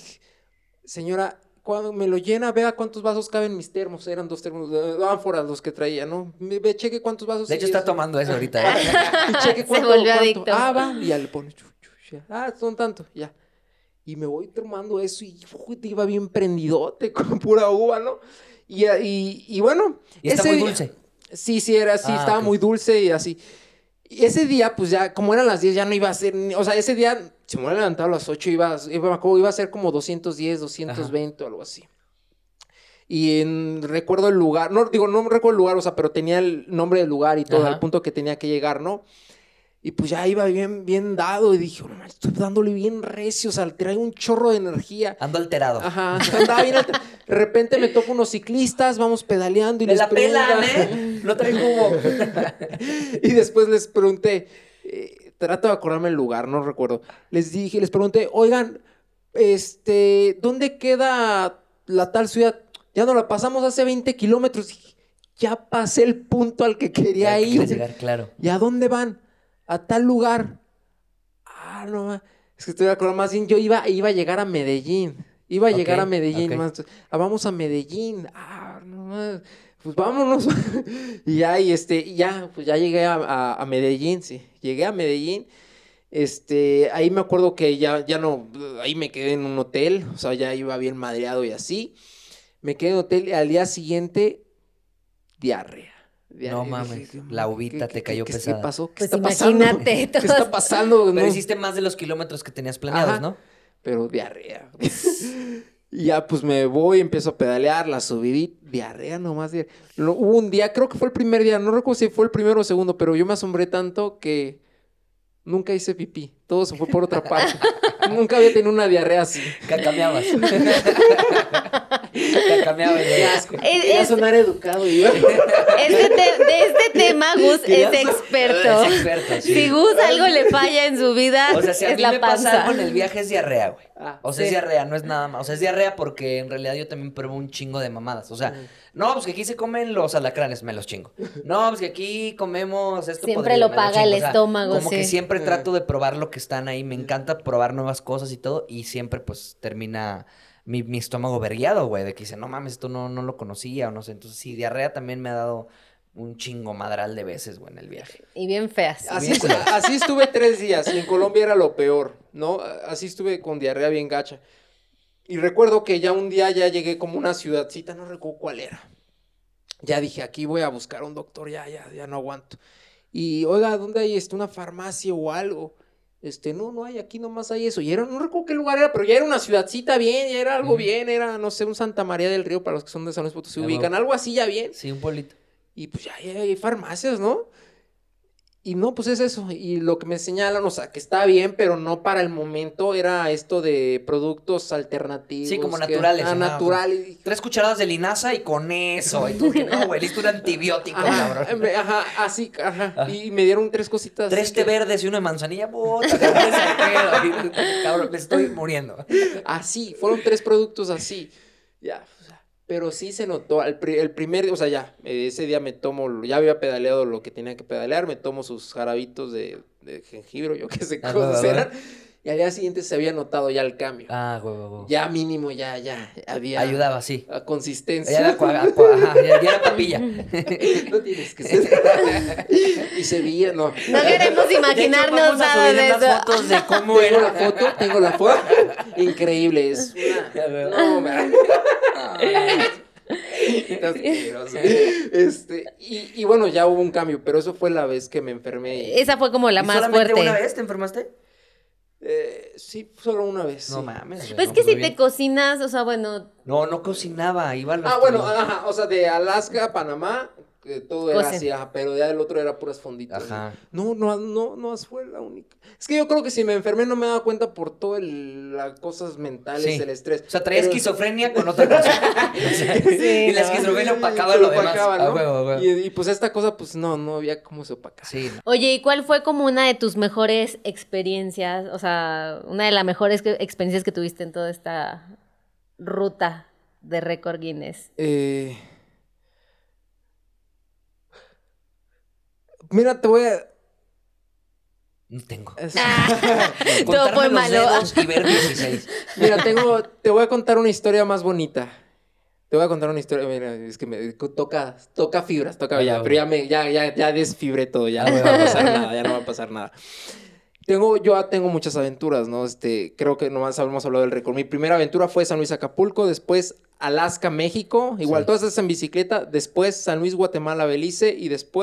Señora, cuando me lo llena, vea cuántos vasos caben mis termos. Eran dos termos, eh, ánforas los que traía, ¿no? Me, ve, cheque cuántos vasos.
De hecho,
y
está
eso.
tomando eso ahorita. ¿eh?
Y cheque
Se
cuánto,
volvió
cuánto.
adicto.
Ah, va. Y ya le pone. chu, chu, ya. Ah, son tanto. Ya. Y me voy tomando eso y uy, te iba bien prendidote con pura uva, ¿no? Y, y, y bueno.
Y está
ese
muy
día-
dulce.
Sí, sí, era así.
Ah,
estaba
ok.
muy dulce y así. Y ese día, pues ya, como eran las diez, ya no iba a ser, ni- o sea, ese día, si me hubiera levantado a las ocho, iba, iba, me acuerdo, iba a ser como doscientos diez, doscientos veinte o algo así. Y en- recuerdo el lugar, no, digo, no recuerdo el lugar, o sea, pero tenía el nombre del lugar y todo,
Ajá.
al punto que tenía que llegar, ¿no? Y pues ya iba bien, bien dado, y dije, no, estoy dándole bien recio, o sea, trae un chorro de energía.
Ando alterado.
Ajá, andaba bien alta. De repente me toco unos ciclistas, vamos pedaleando y
Me
les
la pelan,
pregunto-
¿eh? No trae jugo.
Y después les pregunté, eh, trato de acordarme el lugar, no recuerdo. Les dije, les pregunté, oigan, este, ¿dónde queda la tal ciudad? Ya no la pasamos hace veinte kilómetros. Dije, ya pasé el punto al que quería
Ya que
ir.
quieres llegar, claro.
¿Y a dónde van? A tal lugar. Ah, no, ma- es que estoy de acuerdo, más bien yo iba, iba a llegar a Medellín. Iba a llegar
Ok,
a Medellín.
ok.
Más, ah, vamos a Medellín. Ah, no, ma, pues vámonos. Y ya, y este, y ya, pues ya llegué a, a- a Medellín, sí. Llegué a Medellín. Este, ahí me acuerdo que ya, ya no, ahí me quedé en un hotel, o sea, ya iba bien madreado y así. Me quedé en hotel y al día siguiente, diarrea. Diarrea.
No
Dije,
mames,
¿qué-
la uvita
qué-
te
qué-
cayó
qué-
pesada.
¿Qué pasó? ¿Qué
Pues
está pasando?
imagínate,
¿Qué
todos-
está pasando?
Pero
No.
hiciste más de los kilómetros que tenías planeados,
Ajá.
¿no?
Pero diarrea. Y ya pues me voy, empiezo a pedalear, la subidí, diarrea nomás. diar- Lo- hubo un día, creo que fue el primer día, no recuerdo si fue el primero o segundo, pero yo me asombré tanto que nunca hice pipí. Todo se fue por otra parte. Nunca había tenido una diarrea así.
Cacameabas. Cacameabas.
Qué
ya.
asco.
Es-
Quería
es-
sonar educado. Y yo...
Este te- de este tema, Gus
Quería
es
ser-
experto.
Es experto, sí.
Si Gus algo le falla en su vida,
O sea, si a
es
mí
la
me pasa
panza.
algo en el viaje es diarrea, güey.
Ah,
O sea, es
sí.
diarrea, no es nada más. O sea, es diarrea porque en realidad yo también pruebo un chingo de mamadas. O sea, no, pues que aquí se comen los alacranes, me los chingo. No, pues que aquí comemos esto
Siempre
podrido,
lo
me
paga
chingo.
el
O sea,
estómago,
Como que
sí.
siempre
Mm.
trato de probar lo que están ahí. Me encanta probar nuevas cosas y todo. Y siempre, pues, termina mi, mi estómago vergueado, güey. De que dice, no mames, esto no, no lo conocía o no sé. Entonces, sí, diarrea también me ha dado un chingo madral de veces, güey, en el viaje.
Y bien feas.
Así,
Bien culero.
así estuve tres días y en Colombia era lo peor, ¿no? Así estuve con diarrea bien gacha. Y recuerdo que ya un día ya llegué como a una ciudadcita, no recuerdo cuál era. Ya dije, aquí voy a buscar a un doctor, ya, ya, ya no aguanto. Y, oiga, ¿dónde hay este, una farmacia o algo? Este, no, no hay, aquí nomás hay eso. Y era, no recuerdo qué lugar era, pero ya era una ciudadcita bien, ya era algo
Ujú.
bien, era, no sé, un Santa María del Río, para los que son de San Luis Potosí,
Ah,
ubican,
huevo.
algo así ya bien.
Sí, un pueblito.
Y pues ya, ya hay farmacias, ¿no? Y no, pues es eso. Y lo que me señalan, o sea, que está bien, pero no para el momento, era esto de productos alternativos.
Sí, como
que-
naturales,
Ah,
ajá.
natural. y-
Tres cucharadas de linaza y con eso. Y tú que no, güey, listo un antibiótico,
Ajá,
cabrón.
me- ajá, así, ajá.
Ajá.
Y me dieron tres cositas.
Tres
así
té
que-
verdes y una de manzanilla, puta, cabrón, ese pedo. Cabrón, me estoy muriendo.
Así, fueron tres productos así. Ya, o sea, pero sí se notó. El, pri- el primer, o sea, ya, eh, ese día me tomo, ya había pedaleado lo que tenía que pedalear, me tomo sus jarabitos de, de jengibre, yo qué sé
Ah,
cómo
huevo,
eran. Y al día siguiente se había notado ya el cambio.
Ah, güey, güey, güey.
Ya mínimo, ya, ya, había
Ayudaba, sí.
a
Ya
consistencia.
era, cua- cua- ajá, ya, ya era papilla.
No tienes que ser. Y se veía, no.
No queremos imaginarnos
de hecho, vamos a
nada
subir
de
unas
eso.
fotos de cómo
Tengo la
era.
foto, tengo la foto. Increíble, es
Ya
una...
veo.
No, man. Estás asqueroso. Este, y, y bueno, ya hubo un cambio, pero eso fue la vez que me enfermé. y-
Esa fue como la
¿Y
más
solamente
fuerte.
una vez te enfermaste?
Eh, sí, solo una vez.
No
sí.
mames, güey.
Pues es
no,
que
muy
si
bien.
te cocinas, o sea, bueno,
No, no cocinaba, iba a los...
Ah, bueno, ajá, o sea, de Alaska a Panamá, que todo era
Cocen.
así, ajá, pero ya el otro era puras fonditas.
Ajá.
No, no, no, no fue la única. Es que yo creo que si me enfermé no me daba cuenta por todo el, las cosas mentales,
Sí.
el estrés.
O sea, traía
Pero-
esquizofrenia con otra cosa. O sea, y la esquizofrenia opacaba
Se
lo demás.
opacaba,
A
¿no?
huevo, a huevo.
Y, y pues esta cosa, pues no, no había cómo se opacar.
Sí.
oye, ¿y cuál fue como una de tus mejores experiencias? O sea, una de las mejores que- experiencias que tuviste en toda esta ruta de récord Guinness.
Eh... Mira, te voy a...
No tengo.
es-
Todo
Contarme
fue
los
malo.
dedos y ver dieciséis.
Mira, tengo, te voy a contar una historia más bonita. Te voy a contar una historia, mira, es que me toca, toca fibras, toca
Ah,
ya,
bueno.
pero ya me, ya, ya, ya desfibré todo, ya
Ah,
no va a
bueno.
pasar nada, ya no va a pasar nada. Tengo, yo tengo muchas aventuras, ¿no? Este, creo que nomás hemos hablado del récord. Mi primera aventura fue San Luis, Acapulco, después Alaska, México, igual
Sí.
todas esas en bicicleta, después San Luis, Guatemala, Belice y después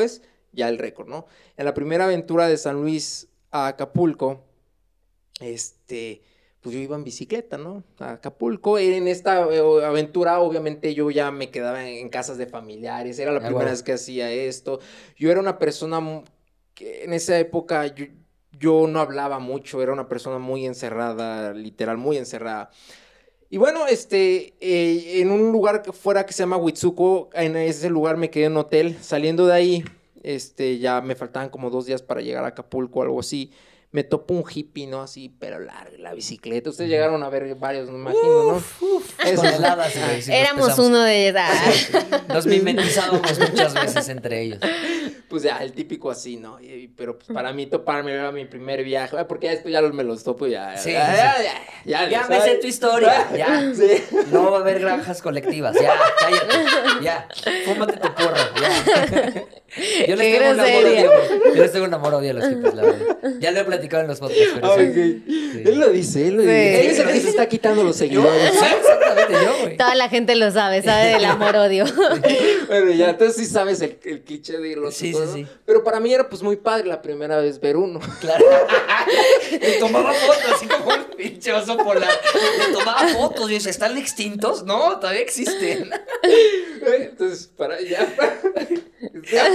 ya el récord, ¿no? En la primera aventura de San Luis a Acapulco, este, pues yo iba en bicicleta, ¿no? A Acapulco. En esta eh, aventura, obviamente, yo ya me quedaba en, en casas de familiares. Era la
Ah,
primera
bueno.
vez que hacía esto. Yo era una persona mu- que en esa época yo, yo no hablaba mucho. Era una persona muy encerrada, literal, muy encerrada. Y bueno, este, eh, en un lugar que fuera que se llama Huitzuco, en ese lugar me quedé en un hotel. Saliendo de ahí, este, ya me faltaban como dos días para llegar a Acapulco, algo así. Me topo un hippie, ¿no? Así, pero larga, la bicicleta. Ustedes llegaron a ver varios, me imagino, ¿no?
Uf, uf,
Eso.
toneladas, güey, si nos
Éramos
pesamos.
uno de ellas.
Nos mimetizábamos muchas veces entre ellos.
Pues ya, el típico así, ¿no? Y- pero pues para mí toparme era mi primer viaje, ah, porque ya después ya los, me los topo y ya.
Sí,
ya,
sí,
ya,
sí.
ya, ya,
Ya
les-
me sé tu historia, ya.
Sí.
No va a haber granjas colectivas, ya, cállate, ya. Fúmate tu porro, ya. Yo les
Qué
tengo un amor
grosería.
odio. Yo les tengo un amor odio a los hippies, la verdad. Ya lo he platicado en los podcasts, pero
Ah,
sí.
ok.
Sí.
Él lo dice, él lo
Sí.
dice. Él es el que se está quitando los
Yo,
seguidores.
sí, exactamente, yo, güey.
Toda la gente lo sabe, sabe del amor-odio.
Bueno, ya, entonces sí sabes el, el cliché de los
Sí,
otros,
sí,
¿no?
sí.
Pero para mí era pues muy padre la primera vez ver uno.
Claro. Le tomaba fotos, así como un pinche oso polar. Le tomaba fotos y dice, ¿están extintos? No, todavía existen.
Entonces, para ya. ya.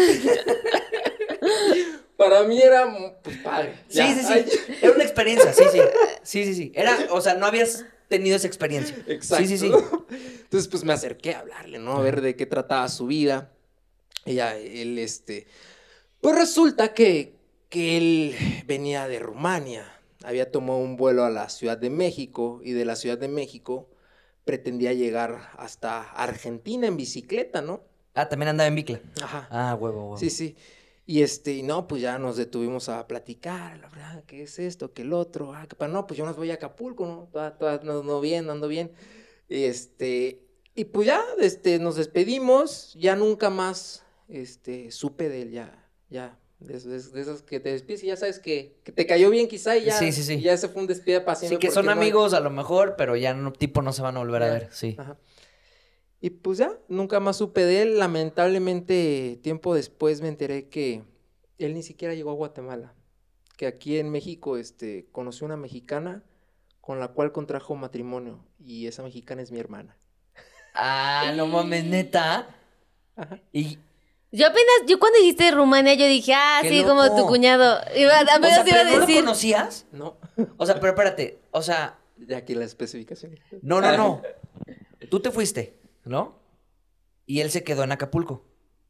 Para mí era pues padre.
Sí,
Ya.
sí, sí.
Ay,
Era una experiencia, sí, sí. Sí, sí, sí. Era, o sea, no habías tenido esa experiencia.
Exacto.
Sí, sí, sí.
Entonces, pues me acerqué a hablarle, ¿no? A ver de qué trataba su vida. Ella, él, este. Pues resulta que, que él venía de Rumania. Había tomado un vuelo a la Ciudad de México y de la Ciudad de México pretendía llegar hasta Argentina en bicicleta, ¿no?
Ah, también andaba en bicla.
Ajá.
Ah, huevo, huevo.
Sí, sí. Y este, y no, pues ya nos detuvimos a platicar, la verdad, ¿qué es esto? ¿Qué el otro? Ah, que para no, pues yo nos voy a Acapulco, ¿no? Toda, toda, no, no bien, ando bien. Y este, y pues ya, este, nos despedimos, ya nunca más, este, supe de él, ya, ya, de, de, de esas que te despides y ya sabes que, que te cayó bien quizá y ya,
Sí, sí, sí.
y ya se fue un despide para
Sí,
siempre.
que son
porque no hay-
amigos a lo mejor, pero ya no, tipo no se van a volver a
Ya.
ver, sí.
Ajá. Y pues ya, nunca más supe de él. Lamentablemente, tiempo después me enteré que él ni siquiera llegó a Guatemala. Que aquí en México, este, conoció una mexicana con la cual contrajo matrimonio. Y esa mexicana es mi hermana.
Ah, no mames, neta.
Ajá.
Y,
Yo apenas, yo cuando dijiste Rumania, yo dije, ah,
¡Qué
sí, como
loco!
tu cuñado. Iba,
o
apenas
sea,
iba a
¿pero no lo
decir.
conocías?
No,
O sea, pero espérate, o sea,
ya aquí la especificación.
no, no, no. Tú te fuiste, ¿no? Y él se quedó en Acapulco.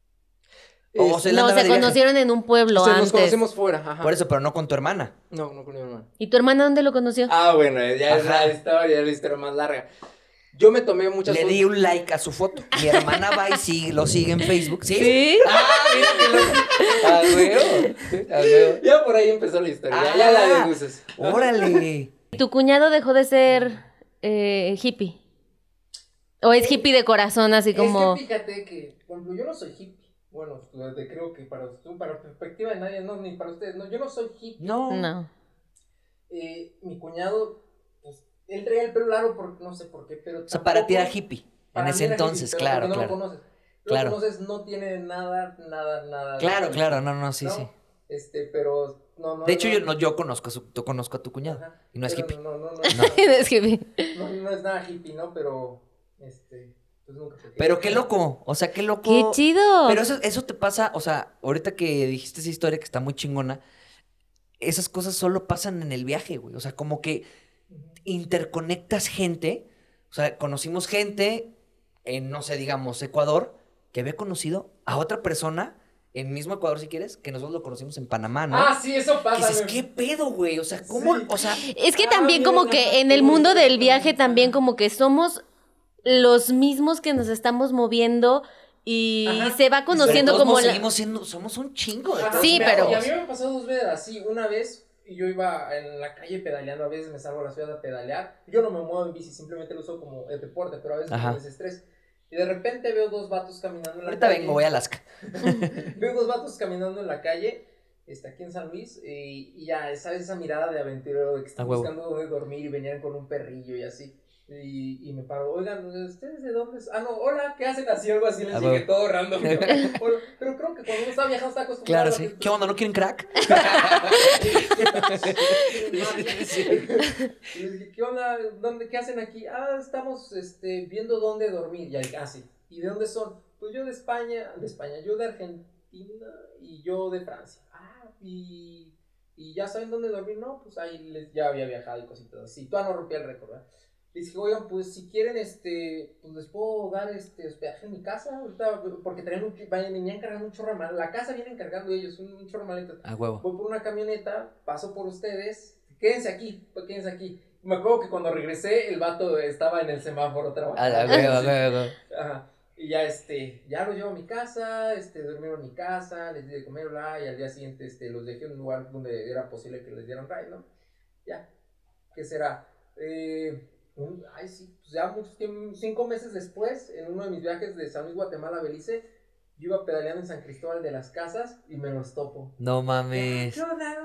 O
Es-
sea, él
No,
andaba
se
de viaje.
conocieron en un pueblo
o sea, nos
antes.
conocemos fuera. Ajá.
Por eso, pero no con tu hermana.
No, no con mi hermana.
¿Y tu hermana dónde lo conoció?
Ah, bueno, ya es
Ajá.
la historia, es la historia más larga. Yo me tomé muchas
Le
fotos.
di un like a su foto. Mi hermana va y sigue, lo sigue en Facebook. ¿Sí?
¿Sí?
Ah, mira qué loco. Ah, huevo. Ah, huevo.
Ya por ahí empezó la historia, ya,
Ah.
ya la desluces.
Órale.
¿Tu cuñado dejó de ser eh, hippie? ¿O es hippie de corazón, así como...
Es que fíjate que, por ejemplo, yo no soy hippie. Bueno, te creo que para usted, para perspectiva de nadie, no, ni para ustedes, no, yo no soy hippie.
No.
No.
Eh, mi cuñado, pues, él traía el pelo largo, por, no sé por qué, pero
O sea, para ti era
tampoco-
hippie. En
para mí
ese
era
entonces,
hippie, pero
claro,
porque no
claro.
lo conoces.
Claro.
Lo conoces, no tiene nada, nada, nada. de
Claro,
hippie,
claro, no, no, sí,
¿no?
sí.
Este, pero, no, no.
De hecho,
no,
yo, no, yo conozco a su, yo conozco a tu cuñado.
Ajá,
Y no es
pero
hippie.
No, no, no, no,
Es hippie.
no, no es nada hippie, ¿no? Pero, este, pues nunca. fue
Pero
hippie.
qué loco. O sea, qué loco.
¡Qué chido!
Pero eso, eso te pasa, o sea, ahorita que dijiste esa historia que está muy chingona, esas cosas solo pasan en el viaje, güey. O sea, como que interconectas gente. O sea, conocimos gente en, no sé, digamos, Ecuador, que había conocido a otra persona, en mismo Ecuador, si quieres, que nosotros lo conocimos en Panamá, ¿no?
Ah, sí, eso
Que
pasa.
dices,
me-
¿qué pedo, güey? O sea, ¿cómo?
Sí.
O sea,
Es que
Ah,
también
mira,
como
ajá,
que en el
como
mundo
dices,
del viaje
ajá.
también como que somos los mismos que nos estamos moviendo y
Ajá.
se va
pero de
conociendo
todos
como
modos
la...
seguimos siendo, somos un chingo de
Ajá,
todos
Sí,
me-
pero-
Y a mí me pasó dos veces así. Una vez yo iba en la calle pedaleando, a veces me salgo a la ciudad a pedalear. Yo no me muevo en bici, simplemente lo uso como el deporte, pero a veces
Ajá.
me desestrés. Y de repente veo dos vatos caminando en la
Ahorita
calle.
vengo, voy a Alaska.
Veo dos vatos caminando en la calle, este, aquí en San Luis, y, y ya, ¿sabes? Esa mirada de aventurero de que
A
están
huevo.
buscando dónde dormir y venían con un perrillo y así. Y Y, y me paro, oigan, ¿ustedes de dónde? Ah, no, hola, ¿qué hacen así? Algo así, les
Ah,
dije
bueno.
todo random. Hola, pero creo que cuando uno está viajando está acostumbrado.
Claro, sí. ¿Qué onda? ¿No quieren crack?
Sí. Y les dije, ¿qué onda? ¿Dónde, ¿Qué hacen aquí? Ah, estamos este, viendo dónde dormir. Y ahí, ah, sí. ¿Y de dónde son? Pues yo de España, de España, yo de Argentina y yo de Francia. Ah, y, y ya saben dónde dormir, ¿no? Pues ahí les, ya había viajado y cositas así. Todavía no rompía el récord, ¿verdad? Les dije, oigan, pues si quieren, este, pues les puedo dar este hospedaje en mi casa, ahorita, porque traen un, venían cargando un chorro de maletas, la casa vienen cargando ellos un, un chorro de maletas.
A huevo.
Voy por una camioneta, paso por ustedes, quédense aquí, pues quédense aquí. Me acuerdo que cuando regresé, el vato estaba en el semáforo trabajando.
A huevo, a huevo, a huevo.
Ajá. Y ya, este, ya los llevo a mi casa, este, durmieron en mi casa, les di de comer, bla, y al día siguiente, este, los dejé en un lugar donde era posible que les dieran ride, ¿no? Ya, ¿qué será? Eh... Un, ay, sí, pues ya muchos tiempos, cinco meses después, en uno de mis viajes de San Luis, Guatemala a Belice, yo iba pedaleando en San Cristóbal de las Casas y me los topo.
No mames.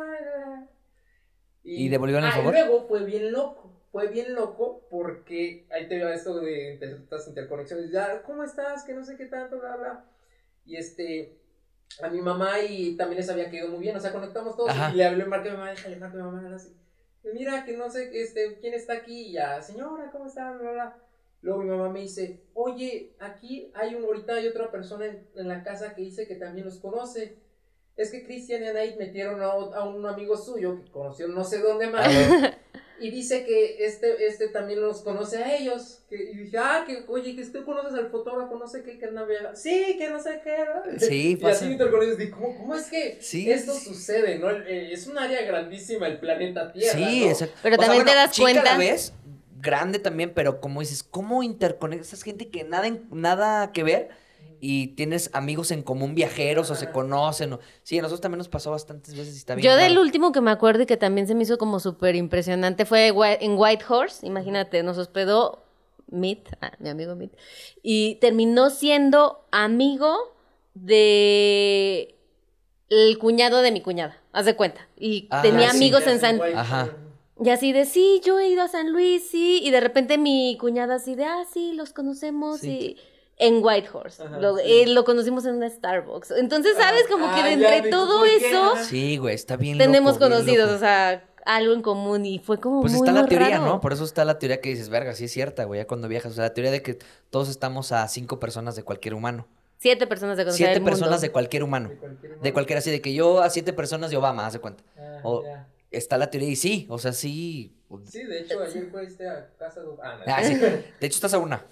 Y,
¿Y devolvieron el
ah,
favor?
Y luego fue bien loco, fue bien loco porque ahí te veo esto de estas interconexiones. Ya, ¿cómo estás? Que no sé qué tanto, bla, bla. Y este, a mi mamá y también les había quedado muy bien, o sea, conectamos todos. Ajá. Y le hablé, marqué a mi mamá, déjale, marqué a mi mamá, así. Mira, que no sé este, quién está aquí, y ya, señora, ¿cómo está? Bla, bla. Luego mi mamá me dice, oye, aquí hay un, ahorita hay otra persona en, en la casa que dice que también los conoce. Es que Cristian y Anaid metieron a, a un amigo suyo que conoció no sé dónde más. Y dice que este, este también los conoce a ellos. Que, y dije, ah, que oye, que tú conoces al fotógrafo, no sé qué, que anda viendo. Sí, que no sé qué. ¿No?
Sí,
y
pasa.
así interconexiones. Dije, ¿cómo, ¿cómo es que
sí,
esto
sí.
sucede? ¿No? Es un área grandísima el planeta Tierra.
Sí,
¿no?
exacto.
Pero
o
también
sea, bueno,
te das
chica
cuenta.
A la vez, grande también, pero como dices, ¿cómo interconectas? Es gente que nada, nada que ver. Y tienes amigos en común, viajeros, o se conocen. O... Sí, a nosotros también nos pasó bastantes veces y está bien.
Yo del
raro.
último que me acuerdo y que también se me hizo como súper impresionante fue en Whitehorse. Imagínate, nos hospedó Meet, ah, mi amigo Meet, y terminó siendo amigo de el cuñado de mi cuñada, haz de cuenta. Y
Ah,
tenía
sí,
amigos en San...
Ajá.
Y así de, sí, yo he ido a San Luis, sí. Y de repente mi cuñada así de, ah, sí, los conocemos,
Sí.
y... En Whitehorse.
Ajá,
lo,
sí.
eh, lo conocimos en una Starbucks. Entonces, ¿sabes? Como
Ah,
que de
ya,
entre
digo,
todo
¿por qué?
eso,
Ajá.
Sí, güey, está bien
tenemos
loco, bien
conocidos,
loco.
o sea, algo en común. Y fue como
Pues
muy,
está la
muy
teoría,
raro.
¿no? Por eso está la teoría que dices, verga, sí es cierta, güey, ya cuando viajas. O sea, la teoría de que todos estamos a cinco personas de cualquier humano.
Siete personas de conocer
Siete
el
personas
mundo.
de cualquier humano.
De cualquier humano.
De cualquiera, así de que yo a siete personas de Obama, haz de cuenta.
Ah,
O
ya.
está la teoría y sí, o sea, sí.
Sí, de hecho, ayer fuiste a casa de... Ah, no.
Ah, sí. De hecho, estás a una.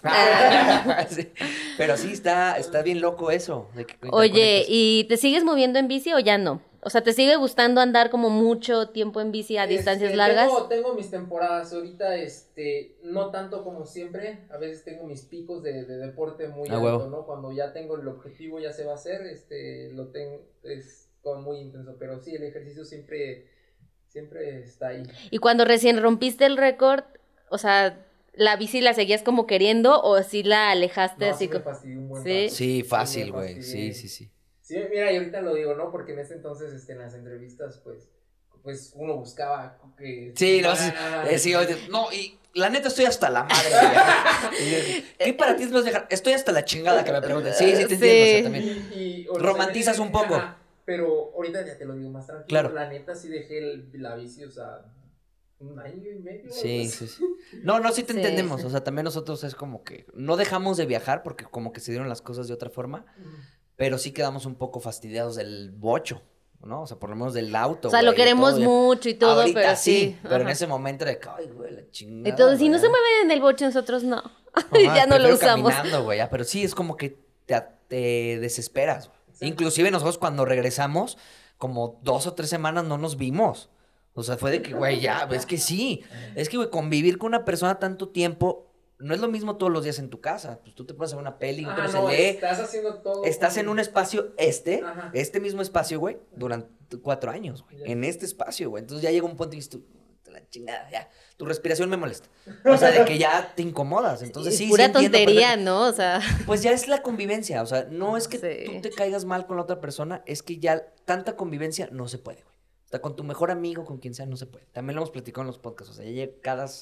Sí. Pero sí, está, está bien loco eso. De que
Oye,
interconectas.
¿y te sigues moviendo en bici o ya no? O sea, ¿te sigue gustando andar como mucho tiempo en bici a distancias
Este,
largas?
Tengo, tengo mis temporadas ahorita, este, no tanto como siempre. A veces tengo mis picos de, de deporte muy
Ah,
alto,
huevo.
¿no? Cuando ya tengo el objetivo, ya se va a hacer, este, lo tengo, es como muy intenso. Pero sí, el ejercicio siempre... Siempre está ahí.
Y cuando recién rompiste el récord, o sea, ¿la bici la seguías como queriendo o sí la alejaste
No,
así?
sí me
como...
fastidió un buen
¿Sí?
rato.
Sí, fácil,
me
güey.
fastidié.
Sí, sí, sí.
Sí, mira, y ahorita lo digo, ¿no? Porque en ese entonces, este, en las entrevistas, pues, pues uno buscaba que...
Sí, no, sí,
Ah,
eh, sí, oye, no, y la neta estoy hasta la madre. güey. Y yo, ¿qué para ti es más viajar? Estoy hasta la chingada que me pregunten. Sí, sí, te
Sí.
entiendo, o sea, también.
Y, y, o sea,
Romantizas un poco.
ajá, pero ahorita ya te lo digo más tranquilo.
Claro.
La neta sí dejé el, la bici, o sea, un año y medio.
Sí,
algo
sí,
así.
sí. No, no, sí te
Sí.
entendemos. O sea, también nosotros es como que no dejamos de viajar porque como que se dieron las cosas de otra forma, pero sí quedamos un poco fastidiados del bocho, ¿no? O sea, por lo menos del auto.
O sea, lo
güey,
queremos
todo, ya.
mucho y todo,
Ahorita
pero
sí,
sí.
pero en
ajá.
ese momento de que, ay, güey, la chingada.
Entonces, si no
güey.
se mueven en el boche, nosotros no.
Ajá,
ya no lo
prefiero
usamos.
caminando, güey, ya, pero sí, es como que te, te desesperas, güey.
Sí.
Inclusive nosotros cuando regresamos, como dos o tres semanas no nos vimos. O sea, fue de que, güey, ya, es que sí. Es que, güey, convivir con una persona tanto tiempo no es lo mismo todos los días en tu casa. Pues tú te pones a ver una peli,
Ah,
otro se
no,
lee.
estás haciendo todo.
Estás en un espacio, este,
Ajá.
este mismo espacio, güey, durante cuatro años, güey.
Ya.
En este espacio, güey. Entonces ya llega un punto y dices tú, la chingada, ya. Tu respiración me molesta. O sea, de que ya te incomodas. Entonces
Es
sí,
pura
sí entiendo
tontería,
perfecto.
¿no? O sea,
Pues ya es la convivencia, o sea, no es que
Sí.
tú te caigas mal con la otra persona, es que ya tanta convivencia no se puede, güey. O sea, con tu mejor amigo, con quien sea, no se puede. También lo hemos platicado en los podcasts, o sea, ya llegadas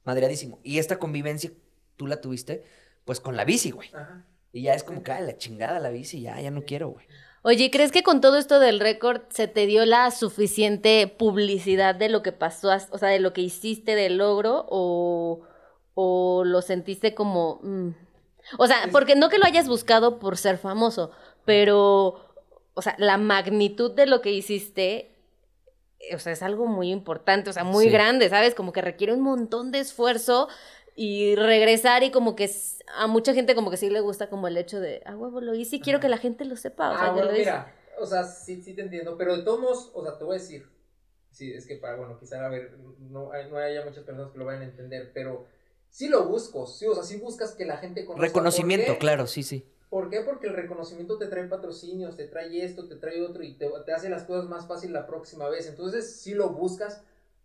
madreadísimo. Y esta convivencia tú la tuviste, pues, con la bici, güey.
Ajá.
Y ya es como que, ay, la chingada la bici, ya, ya no quiero, güey.
Oye, ¿crees que con todo esto del récord se te dio la suficiente publicidad de lo que pasó, o sea, de lo que hiciste del logro, o, o lo sentiste como... Mm. O sea, porque no que lo hayas buscado por ser famoso, pero, o sea, la magnitud de lo que hiciste... O sea, es algo muy importante, o sea, muy
Sí.
grande, ¿sabes? Como que requiere un montón de esfuerzo y regresar y como que s- a mucha gente como que sí le gusta como el hecho de, ah, huevo, lo hice y quiero
Ajá.
que la gente lo sepa, o sea,
Ah,
que
bueno,
lo hice.
mira, o sea, sí, sí te entiendo, pero de todos modos, o sea, te voy a decir, sí, es que para, bueno, quizá, a ver, no, hay- no haya muchas personas que lo vayan a entender, pero sí lo busco, sí, o sea, sí buscas que la gente conozca.
Reconocimiento,
¿Por qué?
claro, sí, sí.
¿Por qué? Porque el reconocimiento te trae patrocinios, te trae esto, te trae otro y te, te hace las cosas más fácil la próxima vez. Entonces, sí lo buscas.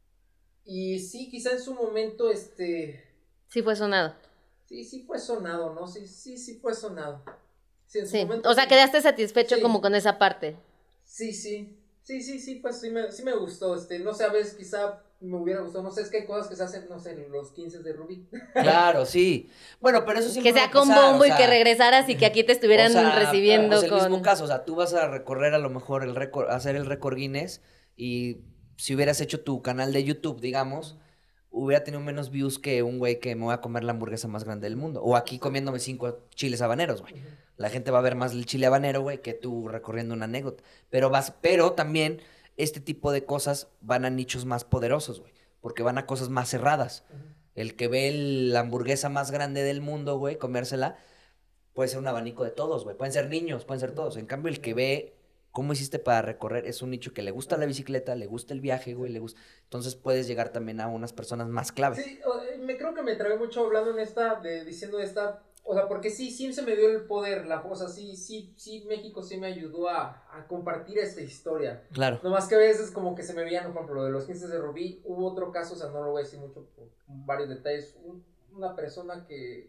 Y sí, quizá en su momento, este...
Sí fue sonado.
Sí, sí fue sonado, ¿no? Sí, sí, sí fue sonado. Sí, en su
Sí,
momento,
o sea,
sí.
quedaste satisfecho
Sí.
como con esa parte.
Sí, sí. Sí, sí, sí, pues sí me, sí me gustó. Este, no sé, a veces quizá me hubiera gustado. No sé, es que hay cosas que se hacen, no sé, en los quince de Rubí.
Claro, sí. Bueno, pero eso siempre
Que sea
va a
con
pasar,
bombo
o
y que
sea,
regresaras y que aquí te estuvieran
o sea,
recibiendo
pues el
con...
mismo caso, o sea, tú vas a recorrer a lo mejor el récord, hacer el récord Guinness y si hubieras hecho tu canal de YouTube, digamos, hubiera tenido menos views que un güey que me voy a comer la hamburguesa más grande del mundo. O aquí comiéndome cinco chiles habaneros, güey. La gente va a ver más el chile habanero, güey, que tú recorriendo una anécdota. Pero vas, pero también este tipo de cosas van a nichos más poderosos, güey. Porque van a cosas más cerradas. El que ve el- la hamburguesa más grande del mundo, güey, comérsela, puede ser un abanico de todos, güey. Pueden ser niños, pueden ser todos. En cambio, el que ve cómo hiciste para recorrer es un nicho que le gusta la bicicleta, le gusta el viaje, güey, le gusta. Entonces puedes llegar también a unas personas más clave.
Sí, o- eh, me creo que me trabé mucho hablando en esta, de, diciendo esta, o sea, porque sí, sí se me dio el poder, la, o sea, sí, sí, sí, México sí me ayudó a, a compartir esta historia.
Claro.
No más que a veces como que se me veían, por ejemplo, lo de los quince de Rubí, hubo otro caso, o sea, no lo voy a decir mucho por varios detalles, un- una persona que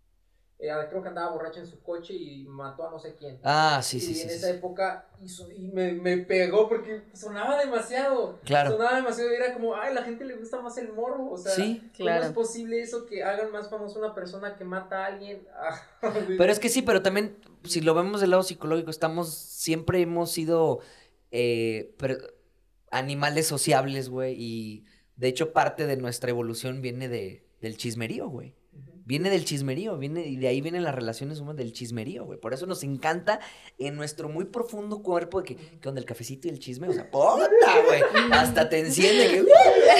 eh, creo que andaba borracha en su coche y mató a no sé quién.
Ah, sí, sí,
y
sí.
en
sí,
esa
sí.
época hizo, y me, me pegó porque sonaba demasiado.
Claro.
Sonaba demasiado y era como, ay, la gente le gusta más el morbo. O sea,
Sí,
¿cómo
claro.
es posible eso que hagan más famosa una persona que mata a alguien?
Pero es que sí, pero también, si lo vemos del lado psicológico, estamos, siempre hemos sido eh, per- animales sociables, güey, y de hecho parte de nuestra evolución viene de, del chismerío, güey. Viene del chismerío, viene, y de ahí vienen las relaciones humanas del chismerío, güey. Por eso nos encanta en nuestro muy profundo cuerpo de que, ¿qué onda el cafecito y el chisme? O sea, puta, güey. Hasta te enciende. Que,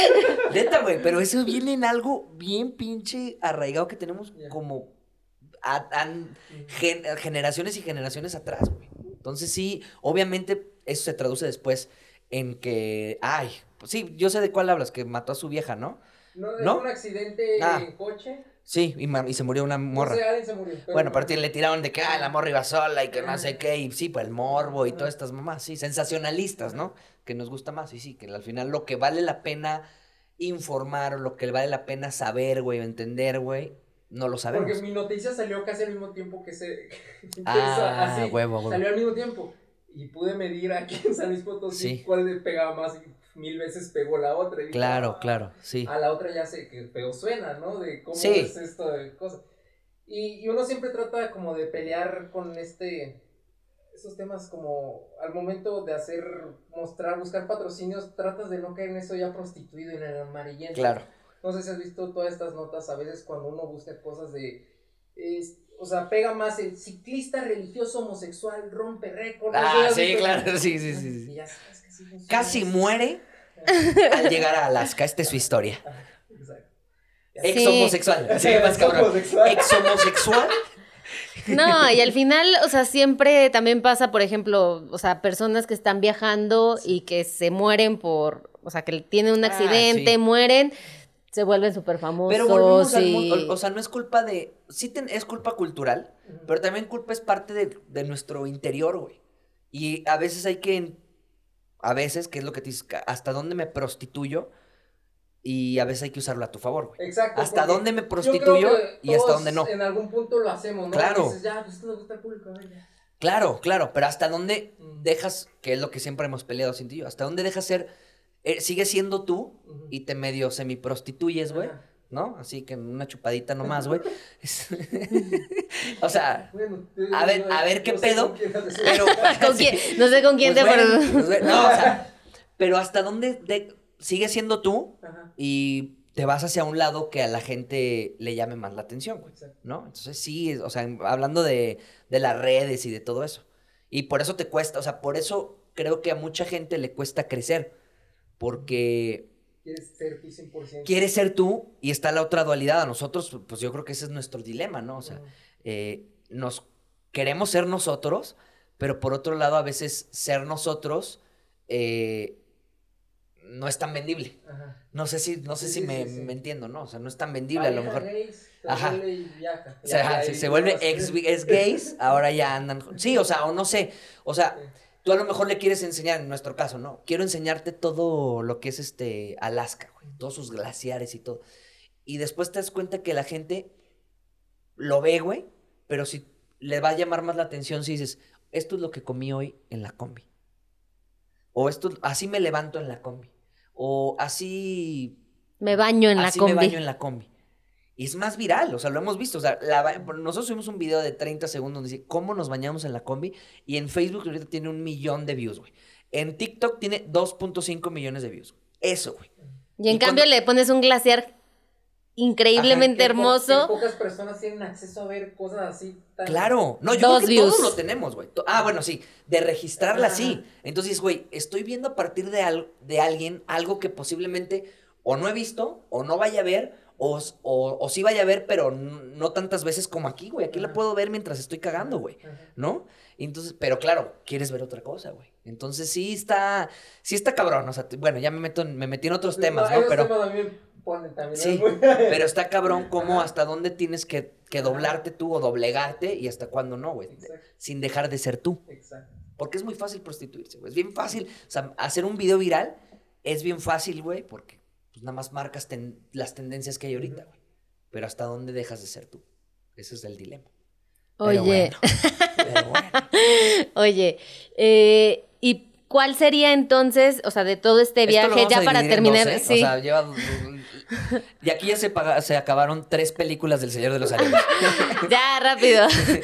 neta, güey. Pero eso viene en algo bien pinche arraigado que tenemos
Yeah.
como a- a- gen- generaciones y generaciones atrás, güey. Entonces sí, obviamente eso se traduce después en que, ay, pues sí, yo sé de cuál hablas, que mató a su vieja, ¿no?
No,
¿No?
en un accidente
Ah.
en coche.
Sí, y, ma- y se murió una morra.
No sé, alguien se murió. pero-
Bueno, pero le tiraron de que, ah, la morra iba sola y que no sé
Ajá.
qué, y sí, pues el morbo y
Ajá.
todas estas mamás, sí, sensacionalistas, ¿no? Que nos gusta más, y sí, que al final lo que vale la pena informar o lo que vale la pena saber, güey, o entender, güey, no lo sabemos.
Porque mi noticia salió casi al mismo tiempo que se. que
Ah,
esa- así,
huevo, huevo.
Salió al mismo tiempo. Y pude medir aquí en San Luis Potosí
Sí.
cuál le pegaba más. Y mil veces pegó la otra. Y dije,
Claro,
"Ah".
claro, sí.
A la otra ya sé que feo suena, ¿no? De cómo
Sí.
es esto de cosas. Y, y uno siempre trata como de pelear con este. Esos temas como al momento de hacer, mostrar, buscar patrocinios, tratas de no caer en eso ya prostituido, en el amarillento.
Claro.
No sé si has visto todas estas notas, a veces cuando uno busca cosas de, es, o sea, pega más el ciclista religioso homosexual rompe récord. no sé si
Ah,
has
sí,
visto-
claro, sí, sí, sí.
Y
sí.
ya sabes que sí funciona.
Casi muere al llegar a Alaska, esta es su historia.
Ajá, exacto.
Ex
Sí.
homosexual, sí, más cabrón.
Homosexual.
Ex homosexual.
No, y al final, o sea, siempre también pasa, por ejemplo, o sea, personas que están viajando y que se mueren por, o sea, que tienen un
Ah,
accidente,
sí.
mueren, se vuelven súper famosos.
Pero volvemos al
y...
mundo, o, o sea, no es culpa de, sí ten- es culpa cultural,
Ujú.
pero también culpa es parte de, de nuestro interior, güey. Y a veces hay que, a veces, que es lo que te dices, ca- hasta dónde me prostituyo y a veces hay que usarlo a tu favor, güey.
Exacto.
Hasta
porque
dónde me
yo
prostituyo
creo que
y hasta
todos
dónde no.
En algún punto lo hacemos, ¿no?
Claro.
Y dices, ya, pues esto le gusta al público, a ver, ya.
Claro, claro, pero hasta dónde
Mm.
dejas, que es lo que siempre hemos peleado sin ti, hasta dónde dejas ser, eh, sigues siendo tú
Ujú.
y te medio semiprostituyes, güey,
Ajá.
¿no? Así que una chupadita nomás, güey. O sea, a ver, a ver qué pedo. Pero,
¿Con quién? No sé con quién
pues,
te
bueno,
acuerdas.
pues, bueno, no, o sea, pero hasta dónde de, sigues siendo tú
Ajá.
y te vas hacia un lado que a la gente le llame más la atención, güey, ¿no? Entonces sí, o sea, hablando de, de las redes y de todo eso. Y por eso te cuesta, o sea, por eso creo que a mucha gente le cuesta crecer, porque
Quieres ser tú cien por ciento.
quieres ser tú y está la otra dualidad. A nosotros, pues yo creo que ese es nuestro dilema, ¿no? O sea, eh, nos queremos ser nosotros, pero por otro lado a veces ser nosotros eh, no es tan vendible.
Ajá.
No sé si, no sé
Sí,
si
sí,
me,
sí, sí.
me entiendo, ¿no? O sea, no es tan vendible a lo mejor.
Gays, se
Ajá.
vuelve y viaja.
O sea,
Ya,
si
ya,
se
y
vuelve
no,
ex, ex gays, ahora ya andan. Sí, o sea, o no sé. O sea, tú a lo mejor le quieres enseñar, en nuestro caso, ¿no? Quiero enseñarte todo lo que es este Alaska, güey. Todos sus glaciares y todo. Y después te das cuenta que la gente lo ve, güey, pero si le va a llamar más la atención si dices, esto es lo que comí hoy en la combi. O esto, así me levanto en la combi. O así,
Me baño en la
así me
combi.
baño en la combi. Y es más viral, o sea, lo hemos visto. O sea, la ba- nosotros subimos un video de treinta segundos donde dice cómo nos bañamos en la combi. Y en Facebook ahorita tiene un millón de views, güey. En TikTok tiene dos punto cinco millones de views. Eso, güey.
Y en
Y
cambio
cuando-
le pones un glaciar increíblemente
Que po-
hermoso.
que pocas personas tienen acceso a ver cosas así tan...
Claro, no, yo
Dos
creo que todos
views.
lo tenemos, güey. To- Ah, bueno, sí, de registrarla
Ajá.
sí. Entonces, güey, estoy viendo a partir de, al- de alguien algo que posiblemente o no he visto, o no vaya a ver, o, s- o, o sí vaya a ver, pero n- no tantas veces como aquí, güey. Aquí la
Ajá.
puedo ver mientras estoy cagando, güey,
Ajá.
¿no? Entonces, pero claro, quieres ver otra cosa, güey. Entonces sí está, sí está cabrón. O sea, te- bueno, ya me meto, en- me metí en otros temas, ¿no?
Esos
Pero...
temas a mí me ponen también.
Sí,
¿no?
pero está cabrón cómo
Ajá.
hasta dónde tienes que, que doblarte tú o doblegarte y hasta cuándo no, güey.
Exacto.
Sin dejar de ser tú.
Exacto.
Porque es muy fácil prostituirse, güey. Es bien fácil. O sea, hacer un video viral es bien fácil, güey, porque pues, nada más marcas ten- las tendencias que hay ahorita, güey. Pero hasta dónde dejas de ser tú. Ese es el dilema. Pero
Oye,
bueno, pero bueno.
oye, eh, ¿y cuál sería entonces, o sea, de todo este
Esto lo
viaje,
vamos
ya
a
para
dividir en
terminar?
dos, ¿eh?
Sí.
O sea, lleva... Y aquí ya se, paga- se acabaron tres películas del Señor de los Anillos.
Ya, rápido.